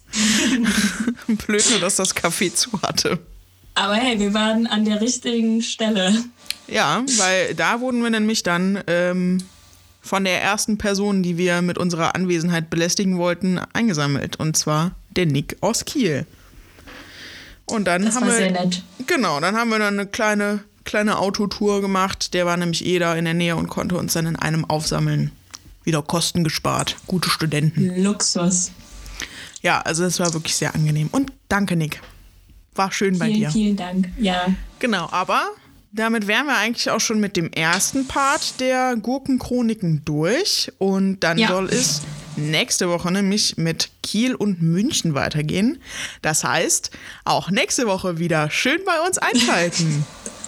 Blöd nur, dass das Café zu hatte. Aber hey, wir waren an der richtigen Stelle. Ja, weil da wurden wir nämlich dann ähm, von der ersten Person, die wir mit unserer Anwesenheit belästigen wollten, eingesammelt. Und zwar der Nick aus Kiel. Und dann Das haben war wir, sehr nett. Genau, dann haben wir dann eine kleine, kleine Autotour gemacht. Der war nämlich eh da in der Nähe und konnte uns dann in einem aufsammeln. Wieder Kosten gespart. Gute Studenten. Luxus. Ja, also das war wirklich sehr angenehm. Und danke, Nick. War schön bei Vielen, dir. vielen Dank. Ja. Genau, aber damit wären wir eigentlich auch schon mit dem ersten Part der Gurkenchroniken durch. Und dann Ja. soll es nächste Woche nämlich mit Kiel und München weitergehen. Das heißt, auch nächste Woche wieder schön bei uns einschalten.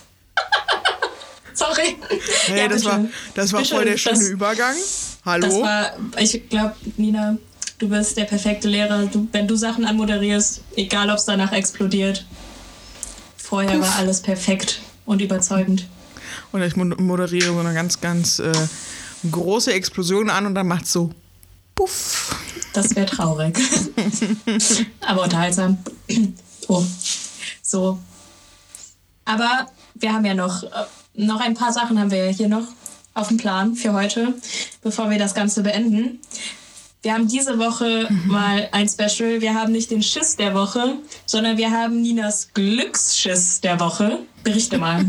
Sorry. Hey, ja, das, bitte. war, das war Bitte, voll der schöne das, Übergang. Hallo? Das war, ich glaube, Nina, du bist der perfekte Lehrer. Du, wenn du Sachen anmoderierst, egal ob es danach explodiert. Vorher Puff. war alles perfekt und überzeugend. Und ich mo- moderiere so eine ganz, ganz äh, große Explosion an und dann macht so Puff. Das wäre traurig. Aber unterhaltsam. Oh, so. Aber wir haben ja noch, noch ein paar Sachen haben wir ja hier noch auf dem Plan für heute, bevor wir das Ganze beenden. Wir haben diese Woche mal ein Special. Wir haben nicht den Schiss der Woche, sondern wir haben Ninas Glücksschiss der Woche. Berichte mal.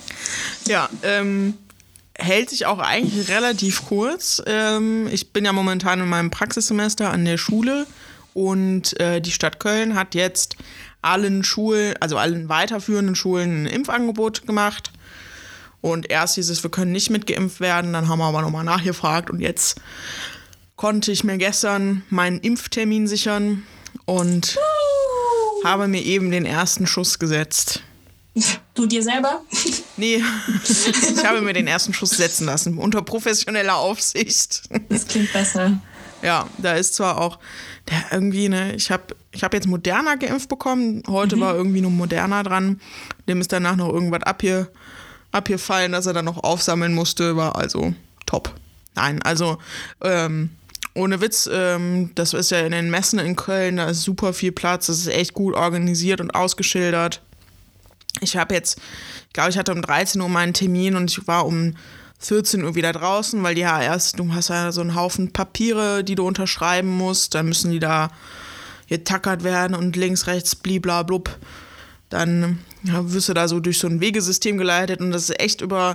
Ja, ähm, hält sich auch eigentlich relativ kurz. Ähm, ich bin ja momentan in meinem Praxissemester an der Schule und äh, die Stadt Köln hat jetzt allen Schulen, also allen weiterführenden Schulen ein Impfangebot gemacht. Und erst hieß es, wir können nicht mitgeimpft werden, dann haben wir aber nochmal nachgefragt und jetzt konnte ich mir gestern meinen Impftermin sichern und uh. habe mir eben den ersten Schuss gesetzt. Du dir selber? Nee, ich habe mir den ersten Schuss setzen lassen, unter professioneller Aufsicht. Das klingt besser. Ja, da ist zwar auch der irgendwie, ne, ich habe ich hab jetzt Moderna geimpft bekommen, heute mhm. war irgendwie nur Moderna dran, dem ist danach noch irgendwas abge, abgefallen, dass er dann noch aufsammeln musste, war also top. Nein, also ähm, ohne Witz, ähm, das ist ja in den Messen in Köln, da ist super viel Platz, das ist echt gut organisiert und ausgeschildert. Ich habe jetzt, ich glaube, ich hatte um dreizehn Uhr meinen Termin und ich war um vierzehn Uhr wieder draußen, weil die ja erst, du hast ja so einen Haufen Papiere, die du unterschreiben musst, dann müssen die da getackert werden und links, rechts, bliblablub. Dann ja, wirst du da so durch so ein Wegesystem geleitet und das ist echt über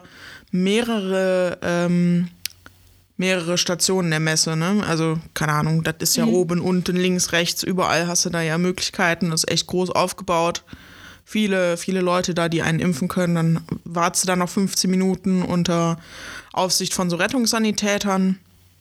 mehrere ähm, mehrere Stationen der Messe, ne? Also, keine Ahnung, das ist ja mhm. oben, unten, links, rechts, überall hast du da ja Möglichkeiten, das ist echt groß aufgebaut. Viele, viele Leute da, die einen impfen können, dann wartest du da noch fünfzehn Minuten unter Aufsicht von so Rettungssanitätern.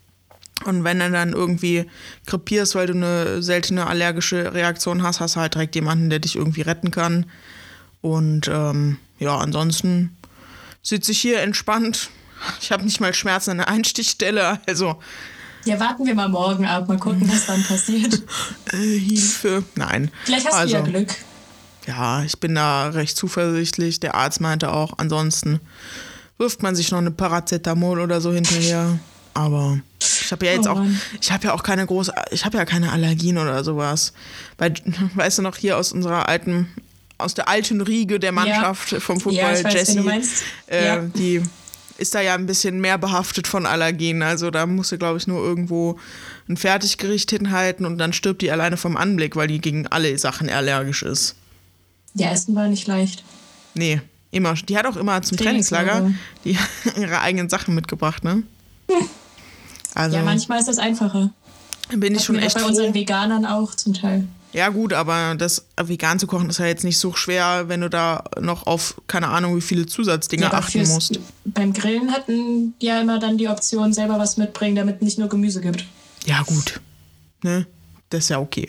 Und wenn du dann irgendwie krepierst, weil du eine seltene allergische Reaktion hast, hast du halt direkt jemanden, der dich irgendwie retten kann. Und ähm, ja, ansonsten sitze ich hier entspannt. Ich habe nicht mal Schmerzen an der Einstichstelle, also... Ja, warten wir mal morgen ab, mal gucken, was dann passiert. Äh, Hilfe. Nein. Vielleicht hast also, du ja Glück. Ja, ich bin da recht zuversichtlich. Der Arzt meinte auch, ansonsten wirft man sich noch eine Paracetamol oder so hinterher. Aber ich habe ja jetzt oh auch, ich habe ja auch keine große, ich habe ja keine Allergien oder sowas. Weil, weißt du noch, hier aus unserer alten, aus der alten Riege der Mannschaft ja. vom Football, ja, ich weiß, Jessie, wen du meinst. Äh, ja. die ist da ja ein bisschen mehr behaftet von Allergien. Also da musst du, glaube ich, nur irgendwo ein Fertiggericht hinhalten und dann stirbt die alleine vom Anblick, weil die gegen alle Sachen allergisch ist. Ja, Essen war nicht leicht. Nee, immer. Die hat auch immer zum Trainingslager die ihre eigenen Sachen mitgebracht, ne? Hm. Also, ja, manchmal ist das einfacher. Bin ich schon echt bei froh. unseren Veganern auch zum Teil. Ja gut, aber das vegan zu kochen ist ja jetzt nicht so schwer, wenn du da noch auf keine Ahnung wie viele Zusatzdinge ja, achten musst. Beim Grillen hatten die ja immer dann die Option, selber was mitbringen, damit es nicht nur Gemüse gibt. Ja gut, ne? Das ist ja okay.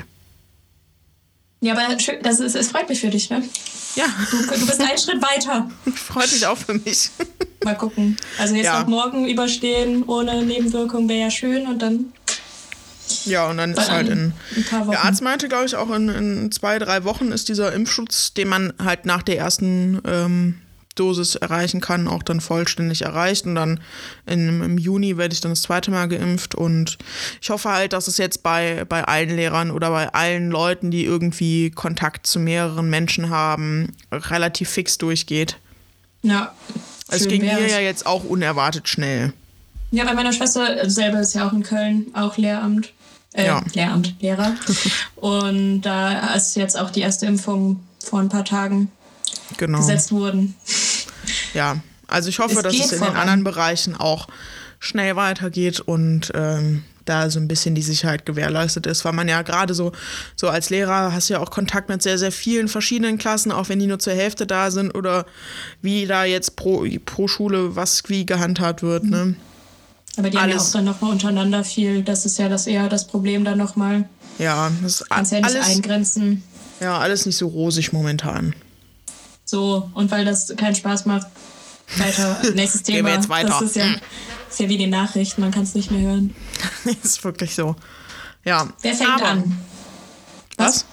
Ja, aber schön, das ist, es freut mich für dich, ne? Ja. Du, du bist einen Schritt weiter. Freut mich auch für mich. Mal gucken. Also jetzt ja. noch morgen überstehen ohne Nebenwirkung wäre ja schön und dann... Ja, und dann ist halt in... ein paar Wochen. Der Arzt meinte, glaube ich, auch in, in zwei, drei Wochen ist dieser Impfschutz, den man halt nach der ersten ähm, Dosis erreichen kann, auch dann vollständig erreicht. Und dann in, im Juni werde ich dann das zweite Mal geimpft. Und ich hoffe halt, dass es jetzt bei, bei allen Lehrern oder bei allen Leuten, die irgendwie Kontakt zu mehreren Menschen haben, relativ fix durchgeht. Ja. Es ging mir ja jetzt auch unerwartet schnell. Ja, bei meiner Schwester selber ist ja auch in Köln, auch Lehramt. Äh, ja. Lehramt, Lehrer. Und da ist jetzt auch die erste Impfung vor ein paar Tagen genau. gesetzt worden. Ja, also ich hoffe, es dass es in voran. den anderen Bereichen auch schnell weitergeht und ähm, da so ein bisschen die Sicherheit gewährleistet ist, weil man ja gerade so, so als Lehrer hast ja auch Kontakt mit sehr, sehr vielen verschiedenen Klassen, auch wenn die nur zur Hälfte da sind oder wie da jetzt pro, pro Schule was wie gehandhabt wird, ne? Aber die alles. haben ja auch dann nochmal untereinander viel, das ist ja das eher das Problem dann nochmal. Ja, das ist kannst ja nicht alles, eingrenzen. Ja, alles nicht so rosig momentan. So, und weil das keinen Spaß macht, weiter, nächstes Thema. Gehen wir jetzt weiter. Das ist ja, ist ja wie die Nachrichten, man kann es nicht mehr hören. Das ist wirklich so. Ja. Wer fängt aber, an? Was?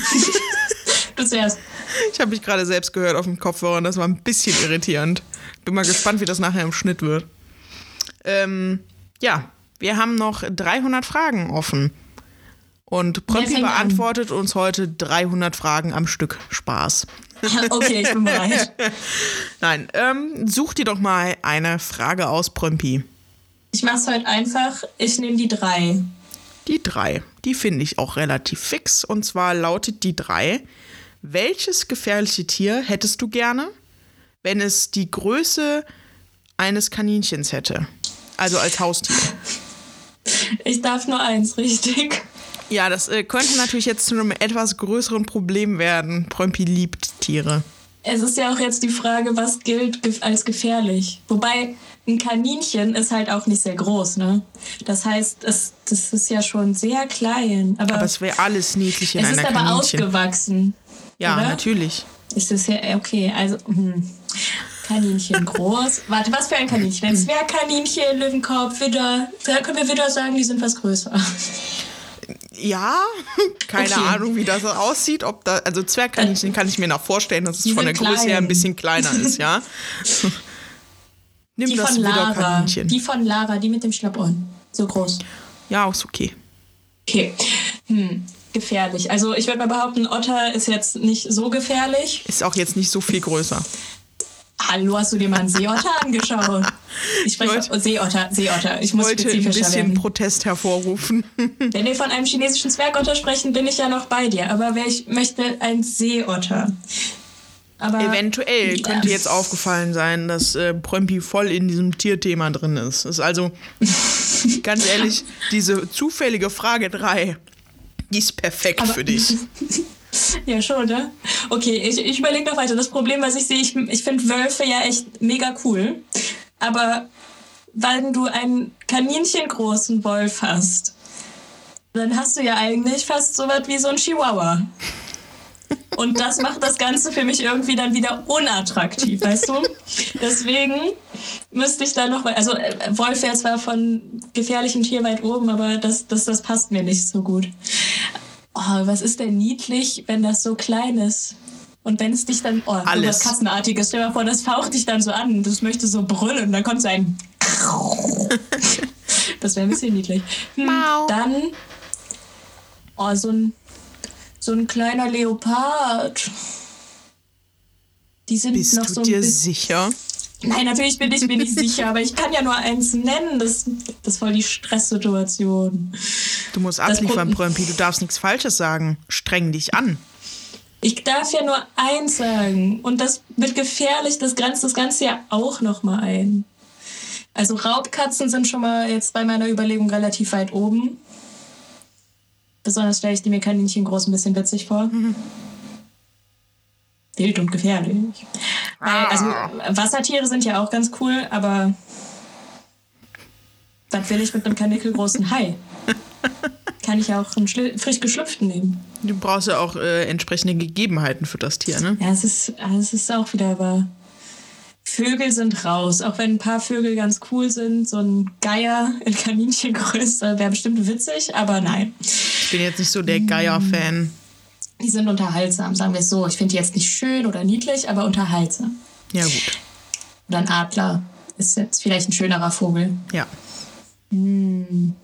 Du zuerst. Ich habe mich gerade selbst gehört auf dem Kopfhörer und das war ein bisschen irritierend. Bin mal gespannt, wie das nachher im Schnitt wird. Ähm, ja, wir haben noch dreihundert Fragen offen. Und Prömpi beantwortet an? uns heute dreihundert Fragen am Stück. Spaß. Okay, ich bin bereit. Nein, ähm, such dir doch mal eine Frage aus, Prömpi. Ich mach's heute einfach. Ich nehme die drei. Die drei, die finde ich auch relativ fix. Und zwar lautet die drei: Welches gefährliche Tier hättest du gerne, wenn es die Größe eines Kaninchens hätte? Also als Haustier. Ich darf nur eins, richtig? Ja, das äh, könnte natürlich jetzt zu einem etwas größeren Problem werden. Prömpi liebt Tiere. Es ist ja auch jetzt die Frage, was gilt als gefährlich. Wobei ein Kaninchen ist halt auch nicht sehr groß, ne? Das heißt, es, das ist ja schon sehr klein. Aber, aber es wäre alles niedlich in einer Kaninchen. Es ist aber ausgewachsen. Ja, oder? Natürlich. Ist das ja, okay, also hm. Kaninchen groß. Warte, was für ein Kaninchen? Ein Zwergkaninchen, Löwenkopf, Widder. Da können wir Widder sagen, die sind was größer. Ja, keine okay. Ahnung, wie das aussieht. Ob da, also Zwergkaninchen kann ich mir noch vorstellen, dass es von der klein. Größe her ein bisschen kleiner ist, ja. Nimm die das von Lara, Widderkaninchen. Die von Lara, die mit dem Schlappohren. So groß. Ja, ist okay. Okay. Hm. Gefährlich. Also ich würde mal behaupten, Otter ist jetzt nicht so gefährlich. Ist auch jetzt nicht so viel größer. Hallo, hast du dir mal einen Seeotter angeschaut? Ich spreche wollte, Seeotter, Seeotter. Ich muss wollte ein bisschen werden. Protest hervorrufen. Wenn wir von einem chinesischen Zwergotter sprechen, bin ich ja noch bei dir. Aber ich möchte einen Seeotter. Aber eventuell ja. könnte jetzt aufgefallen sein, dass äh, Prömpi voll in diesem Tierthema drin ist. Ist also, ganz ehrlich, diese zufällige Frage drei, die ist perfekt aber für dich. Ja, schon, ne? Okay, ich, ich überlege noch weiter. Das Problem, was ich sehe, ich, ich finde Wölfe ja echt mega cool. Aber wenn du einen kaninchengroßen Wolf hast, dann hast du ja eigentlich fast so was wie so ein Chihuahua. Und das macht das Ganze für mich irgendwie dann wieder unattraktiv, weißt du? Deswegen müsste ich da noch mal... Also Wolf wäre zwar von gefährlichem Tier weit oben, aber das, das, das passt mir nicht so gut. Oh, was ist denn niedlich, wenn das so klein ist? Und wenn es dich dann... Oh, Alles. Was Katzenartiges. Stell dir mal vor, das faucht dich dann so an. Das möchte so brüllen. Dann kommt so ein... Das wäre ein bisschen niedlich. Hm, dann... Oh, so ein... So ein kleiner Leopard. Die sind Bist noch du so ein dir bisschen... sicher? Nein, natürlich bin ich mir nicht sicher, aber ich kann ja nur eins nennen. Das, das ist voll die Stresssituation. Du musst abliefern, Prömpi. Du darfst nichts Falsches sagen. Streng dich an. Ich darf ja nur eins sagen. Und das mit gefährlich, das grenzt das Ganze ja auch noch mal ein. Also Raubkatzen sind schon mal jetzt bei meiner Überlegung relativ weit oben. Besonders stelle ich die mir Kaninchen groß ein bisschen witzig vor. Mhm. Wild und gefährlich. Ah. Also Wassertiere sind ja auch ganz cool, aber was will ich mit einem kanickelgroßen Hai? Kann ich ja auch einen Schli- frisch geschlüpften nehmen. Du brauchst ja auch äh, entsprechende Gegebenheiten für das Tier, ne? Ja, es ist, es ist auch wieder wahr. Vögel sind raus, auch wenn ein paar Vögel ganz cool sind. So ein Geier in Kaninchengröße wäre bestimmt witzig, aber nein. Ich bin jetzt nicht so der Geier-Fan. Die sind unterhaltsam, sagen wir es so. Ich finde die jetzt nicht schön oder niedlich, aber unterhaltsam. Ja, gut. Oder ein Adler ist jetzt vielleicht ein schönerer Vogel. Ja. Hm.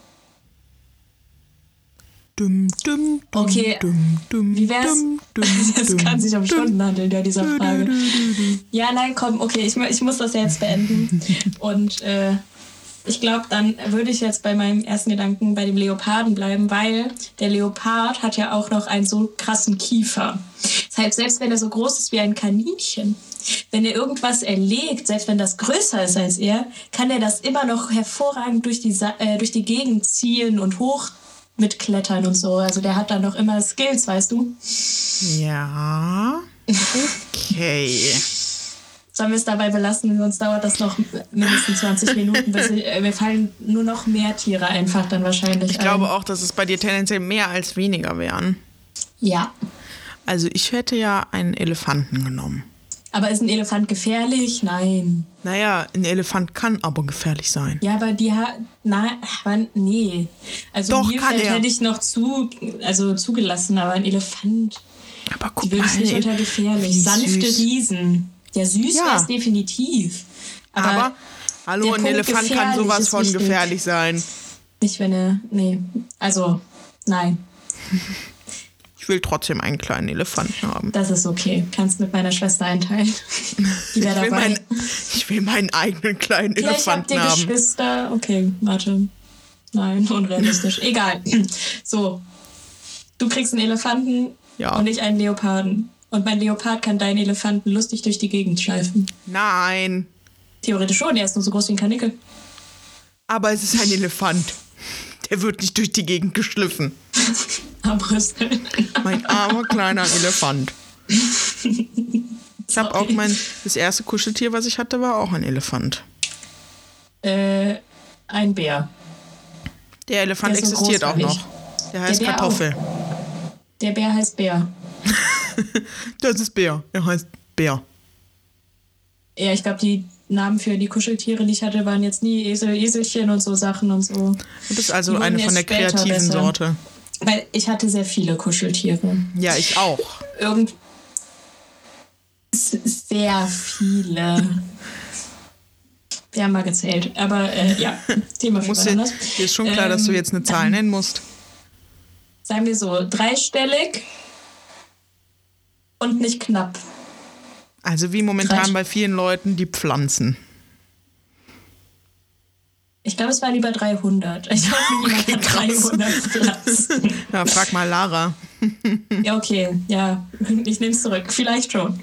Dum, dum, dum, okay, dum, dum, wie wär's? Dum, dum, das kann sich um Stunden handeln, ja, dieser Frage. Ja, nein, komm, okay, ich, ich muss das jetzt beenden. Und äh, ich glaube, dann würde ich jetzt bei meinem ersten Gedanken bei dem Leoparden bleiben, weil der Leopard hat ja auch noch einen so krassen Kiefer. Das heißt, selbst wenn er so groß ist wie ein Kaninchen, wenn er irgendwas erlegt, selbst wenn das größer ist als er, kann er das immer noch hervorragend durch die, äh, durch die Gegend ziehen und hoch mit Klettern und so. Also der hat dann noch immer Skills, weißt du? Ja. Okay. Sollen wir es dabei belassen? Sonst dauert das noch mindestens zwanzig Minuten. Bis ich, äh, mir fallen nur noch mehr Tiere einfach dann wahrscheinlich Ich ein. glaube auch, dass es bei dir tendenziell mehr als weniger wären. Ja. Also ich hätte ja einen Elefanten genommen. Aber ist ein Elefant gefährlich? Nein. Naja, ein Elefant kann aber gefährlich sein. Ja, aber die hat... Nein, aber nee. Also Doch, Nilpferd hätte ich noch zu, also zugelassen, aber ein Elefant... Aber guck die würde ich nicht mal, unter gefährlich. Sanfte süß. Riesen. Ja, süß Ja. wäre es definitiv. Aber, aber hallo, ein Punkt Elefant kann sowas ist von wichtig. gefährlich sein. Nicht, wenn er... Nee, also... Nein. Ich will trotzdem einen kleinen Elefanten haben. Das ist okay. Kannst mit meiner Schwester einteilen. Die wäre dabei. Mein, ich will meinen eigenen kleinen Vielleicht Elefanten habt ihr haben. Geschwister. Okay, warte. Nein, unrealistisch. Egal. So. Du kriegst einen Elefanten Ja. und ich einen Leoparden. Und mein Leopard kann deinen Elefanten lustig durch die Gegend schleifen. Nein. Theoretisch schon, er ist nur so groß wie ein Kanickel. Aber es ist ein Elefant. Der wird nicht durch die Gegend geschliffen. Armbrüstel. Mein armer kleiner Elefant. Ich habe auch mein, das erste Kuscheltier, was ich hatte, war auch ein Elefant. Äh, ein Bär. Der Elefant Der ist so existiert groß auch wie noch. ich. Der heißt Der Bär Kartoffel. Der Bär heißt Bär. Das ist Bär. Er heißt Bär. Ja, ich glaube, die Namen für die Kuscheltiere, die ich hatte, waren jetzt nie Esel, Eselchen und so Sachen und so. Du bist also Die wurden eine von der erst später kreativen besser. Sorte. Weil ich hatte sehr viele Kuscheltiere. Ja, ich auch. Irgend S- sehr viele. Wir haben mal gezählt. Aber äh, ja, Thema für Musst wann dir, anders. dir ist schon klar, dass du Ähm, jetzt eine Zahl nennen musst. Sagen wir so, dreistellig und nicht knapp. Also wie momentan Drei- bei vielen Leuten die Pflanzen. Ich glaube, es waren über dreihundert. Ich hoffe, niemand Okay, hat krass. dreihundert Platz. Ja, frag mal Lara. Ja, okay. Ja, ich nehme es zurück. Vielleicht schon.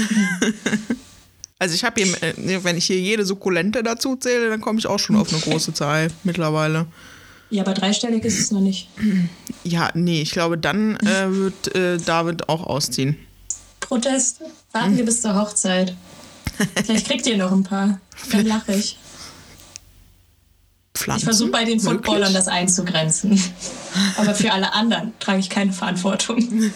Also ich habe hier, äh, wenn ich hier jede Sukkulente dazu zähle, dann komme ich auch schon auf eine große Zahl mittlerweile. Ja, aber dreistellig ist es noch nicht. Ja, nee, ich glaube, dann äh, wird äh, David auch ausziehen. Protest. Warten wir bis zur Hochzeit. Vielleicht kriegt ihr noch ein paar. Dann lache ich. Pflanzen? Ich versuche bei den Footballern Wirklich? das einzugrenzen. Aber für alle anderen trage ich keine Verantwortung.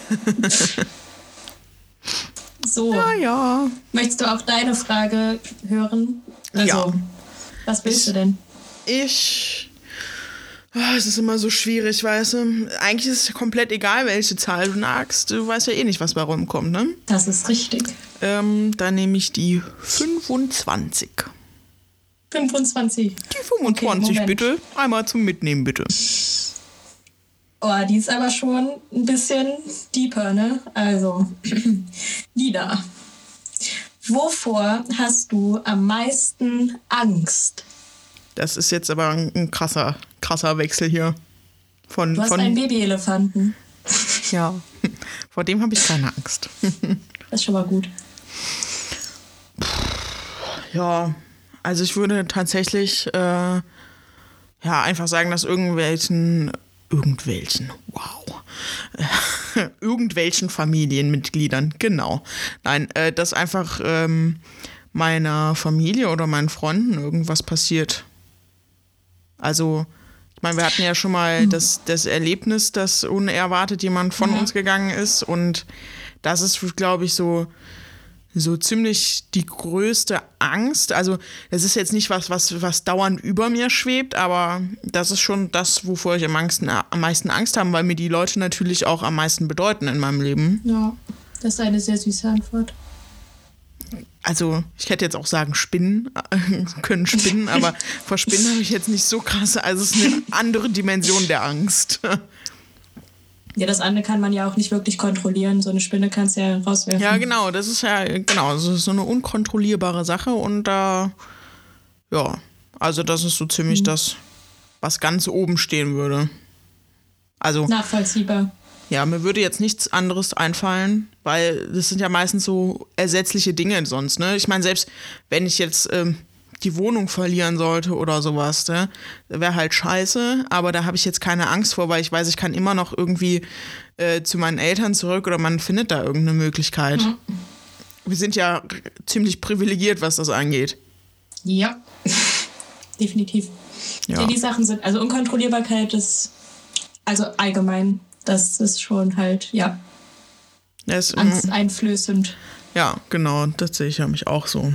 So, Ja, ja. möchtest du auch deine Frage hören? Also, Ja. was willst du denn? Ich. Ah, es ist immer so schwierig, weißt du. Eigentlich ist es komplett egal, welche Zahl du nagst. Du weißt ja eh nicht, was bei rumkommt, ne? Das ist richtig. Ähm, dann nehme ich die fünfundzwanzig. fünfundzwanzig. Die fünfundzwanzig, Moment. bitte. Einmal zum Mitnehmen, bitte. Oh, die ist aber schon ein bisschen deeper, ne? Also, Lina, wovor hast du am meisten Angst? Das ist jetzt aber ein, ein krasser, krasser Wechsel hier. Von, Du hast von, einen Babyelefanten. Ja, vor dem habe ich keine Angst. Das ist schon mal gut. Ja, also ich würde tatsächlich äh, ja einfach sagen, dass irgendwelchen, irgendwelchen, wow, äh, irgendwelchen Familienmitgliedern, genau. Nein, äh, dass einfach ähm, meiner Familie oder meinen Freunden irgendwas passiert. Also, ich meine, wir hatten ja schon mal das, das Erlebnis, dass unerwartet jemand von uns gegangen ist und das ist, glaube ich, so so ziemlich die größte Angst. Also das ist jetzt nicht was, was, was dauernd über mir schwebt, aber das ist schon das, wovor ich am meisten, am meisten Angst habe, weil mir die Leute natürlich auch am meisten bedeuten in meinem Leben. Ja, das ist eine sehr süße Antwort. Also ich hätte jetzt auch sagen Spinnen, äh, können Spinnen, aber vor Spinnen habe ich jetzt nicht so krass. Also es ist eine andere Dimension der Angst. Ja, das andere kann man ja auch nicht wirklich kontrollieren. So eine Spinne kannst du ja rauswerfen. Ja, genau, das ist ja, genau, das ist so eine unkontrollierbare Sache und da, äh, ja, also das ist so ziemlich mhm. das, was ganz oben stehen würde. Also, nachvollziehbar. Ja, mir würde jetzt nichts anderes einfallen, weil das sind ja meistens so ersetzliche Dinge sonst, ne? Ich meine, selbst wenn ich jetzt ähm, die Wohnung verlieren sollte oder sowas, ne? Wäre halt scheiße, aber da habe ich jetzt keine Angst vor, weil ich weiß, ich kann immer noch irgendwie äh, zu meinen Eltern zurück oder man findet da irgendeine Möglichkeit. Mhm. Wir sind ja r- ziemlich privilegiert, was das angeht. Ja, definitiv. Ja. Ja, die Sachen sind, also Unkontrollierbarkeit ist, also allgemein, das ist schon halt, ja, das, angsteinflößend. Ja, genau, das sehe ich ja mich auch so.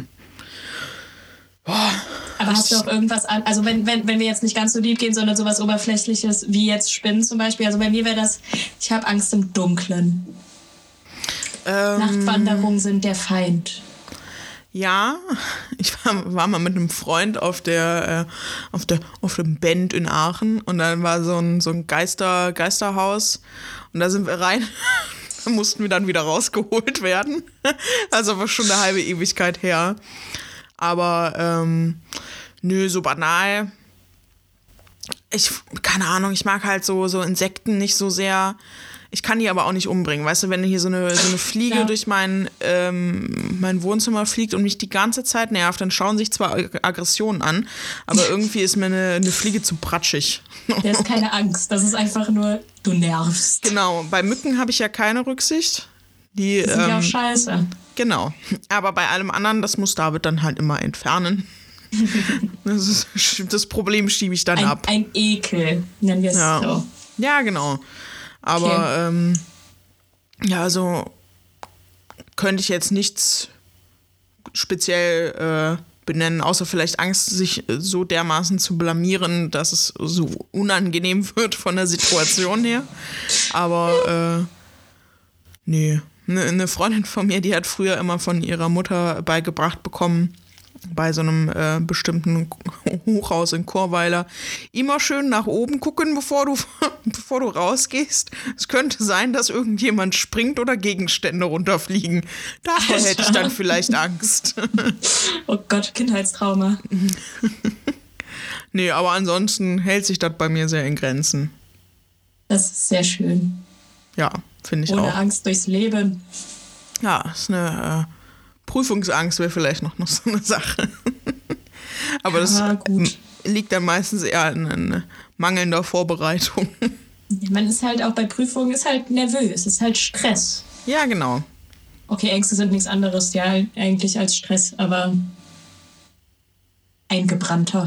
Boah, aber hast du auch irgendwas an, also wenn, wenn, wenn wir jetzt nicht ganz so deep gehen, sondern sowas Oberflächliches wie jetzt Spinnen zum Beispiel, also bei mir wäre das, ich habe Angst im Dunkeln. Ähm, Nachtwanderungen sind der Feind. Ja, ich war, war mal mit einem Freund auf der, äh, auf der auf dem Bend in Aachen und dann war so ein, so ein Geister, Geisterhaus und da sind wir rein, da mussten wir dann wieder rausgeholt werden. Also war schon eine halbe Ewigkeit her. Aber ähm, nö, so banal. Ich, keine Ahnung, ich mag halt so, so Insekten nicht so sehr. Ich kann die aber auch nicht umbringen. Weißt du, wenn hier so eine, so eine Fliege ja. durch mein, ähm, mein Wohnzimmer fliegt und mich die ganze Zeit nervt, dann schauen sich zwar Aggressionen an, aber irgendwie ist mir eine, eine Fliege zu pratschig. Das ist keine Angst, das ist einfach nur, du nervst. Genau, bei Mücken habe ich ja keine Rücksicht. Die, die sind ähm, ja auch scheiße. Genau, aber bei allem anderen, das muss David dann halt immer entfernen. Das, ist, das Problem schiebe ich dann ein, ab. Ein Ekel, nennen wir es ja. so. Ja, genau. Aber okay. ähm, ja, also könnte ich jetzt nichts speziell äh, benennen, außer vielleicht Angst, sich so dermaßen zu blamieren, dass es so unangenehm wird von der Situation her. Aber äh, nee, eine Freundin von mir, die hat früher immer von ihrer Mutter beigebracht bekommen, bei so einem äh, bestimmten Hochhaus in Chorweiler, immer schön nach oben gucken, bevor du, bevor du rausgehst. Es könnte sein, dass irgendjemand springt oder Gegenstände runterfliegen. Davor hätte ich dann vielleicht Angst. Oh Gott, Kindheitstrauma. Nee, aber ansonsten hält sich das bei mir sehr in Grenzen. Das ist sehr schön. Ja, finde ich Ohne auch. Ohne Angst durchs Leben. Ja, ist eine... Äh, Prüfungsangst wäre vielleicht noch, noch so eine Sache. Aber ja, das gut. liegt dann meistens eher an, an mangelnder Vorbereitung. Ja, man ist halt auch bei Prüfungen ist halt nervös, ist halt Stress. Ja, genau. Okay, Ängste sind nichts anderes, ja, eigentlich als Stress, aber eingebrannter.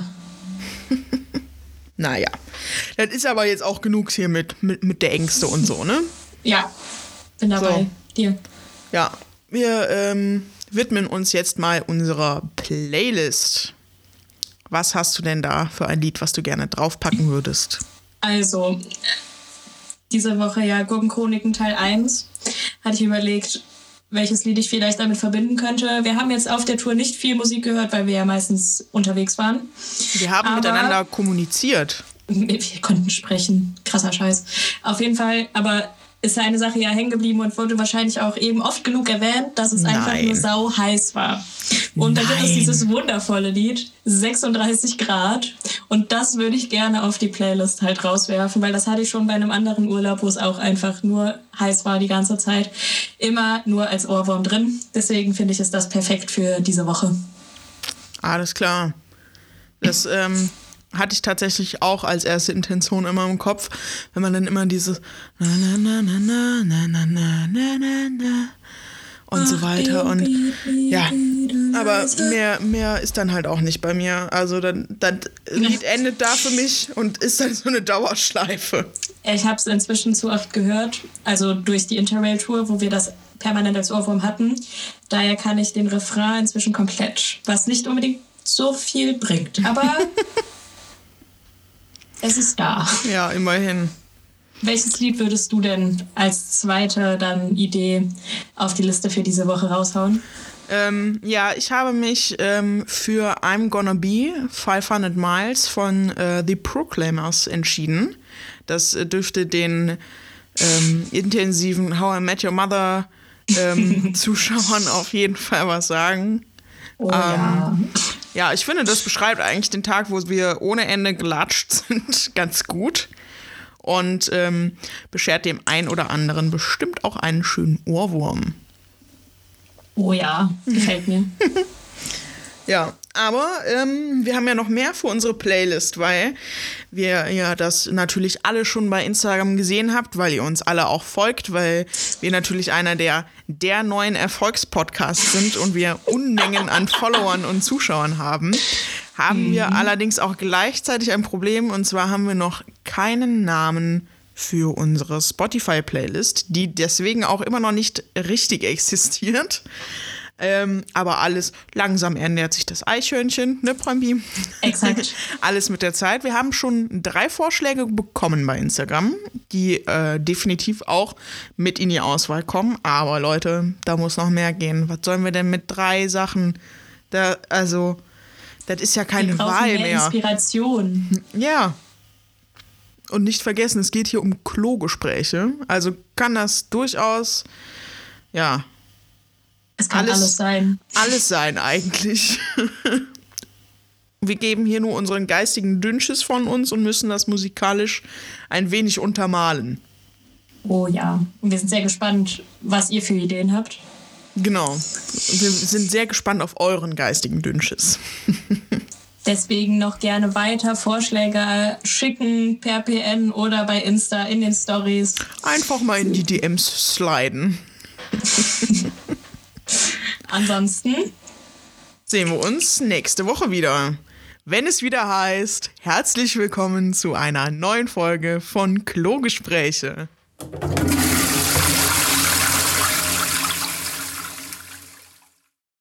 Naja, das ist aber jetzt auch genug hier mit, mit, mit der Ängste und so, ne? Ja, bin dabei. So. Dir. Ja, wir ähm, widmen uns jetzt mal unserer Playlist. Was hast du denn da für ein Lied, was du gerne draufpacken würdest? Also, diese Woche ja Gurkenchroniken Teil eins. Hatte ich überlegt, welches Lied ich vielleicht damit verbinden könnte. Wir haben jetzt auf der Tour nicht viel Musik gehört, weil wir ja meistens unterwegs waren. Wir haben aber miteinander kommuniziert. Wir konnten sprechen. Krasser Scheiß. Auf jeden Fall, aber ist da eine Sache ja hängen geblieben und wurde wahrscheinlich auch eben oft genug erwähnt, dass es Nein. einfach nur sau heiß war. Und Nein. da gibt es dieses wundervolle Lied, sechsunddreißig Grad. Und das würde ich gerne auf die Playlist halt rauswerfen, weil das hatte ich schon bei einem anderen Urlaub, wo es auch einfach nur heiß war die ganze Zeit. Immer nur als Ohrwurm drin. Deswegen finde ich, ist das perfekt für diese Woche. Alles klar. Das, ähm... hatte ich tatsächlich auch als erste Intention immer im Kopf, wenn man dann immer dieses na na na na na na na na na na und so weiter und ja, aber mehr, mehr ist dann halt auch nicht bei mir. Also dann, das Lied endet da für mich und ist dann so eine Dauerschleife. Ich habe es inzwischen zu oft gehört, also durch die Interrail-Tour, wo wir das permanent als Ohrwurm hatten. Daher kann ich den Refrain inzwischen komplett, was nicht unbedingt so viel bringt, aber es ist da. Ja, immerhin. Welches Lied würdest du denn als zweite dann Idee auf die Liste für diese Woche raushauen? Ähm, ja, ich habe mich ähm, für I'm Gonna Be fünfhundert Miles von äh, The Proclaimers entschieden. Das äh, dürfte den ähm, intensiven How I Met Your Mother ähm, Zuschauern auf jeden Fall was sagen. Oh, ja. Ähm, ja, ich finde, das beschreibt eigentlich den Tag, wo wir ohne Ende gelatscht sind, ganz gut. Und ähm, beschert dem einen oder anderen bestimmt auch einen schönen Ohrwurm. Oh ja, gefällt mir. Ja, aber ähm, wir haben ja noch mehr für unsere Playlist, weil wir ja das natürlich alle schon bei Instagram gesehen habt, weil ihr uns alle auch folgt, weil wir natürlich einer der, der neuen Erfolgspodcasts sind und wir Unmengen an Followern und Zuschauern haben, haben mhm. wir allerdings auch gleichzeitig ein Problem, und zwar haben wir noch keinen Namen für unsere Spotify-Playlist, die deswegen auch immer noch nicht richtig existiert. Ähm, aber alles, langsam ernährt sich das Eichhörnchen, ne, Prompi? Exakt. Alles mit der Zeit. Wir haben schon drei Vorschläge bekommen bei Instagram, die äh, definitiv auch mit in die Auswahl kommen. Aber Leute, da muss noch mehr gehen. Was sollen wir denn mit drei Sachen? Da, also, das ist ja keine wir brauchen Wahl mehr. mehr. Inspiration. Ja. Und nicht vergessen, es geht hier um Klogespräche. Also kann das durchaus, ja. Es kann alles, alles sein. Alles sein eigentlich. Wir geben hier nur unseren geistigen Dünnschiss von uns und müssen das musikalisch ein wenig untermalen. Oh ja. Und wir sind sehr gespannt, was ihr für Ideen habt. Genau. Wir sind sehr gespannt auf euren geistigen Dünnschiss. Deswegen noch gerne weiter Vorschläge schicken per P N oder bei Insta in den Stories. Einfach mal in die D Ms sliden. Ansonsten sehen wir uns nächste Woche wieder. Wenn es wieder heißt, herzlich willkommen zu einer neuen Folge von Klogespräche.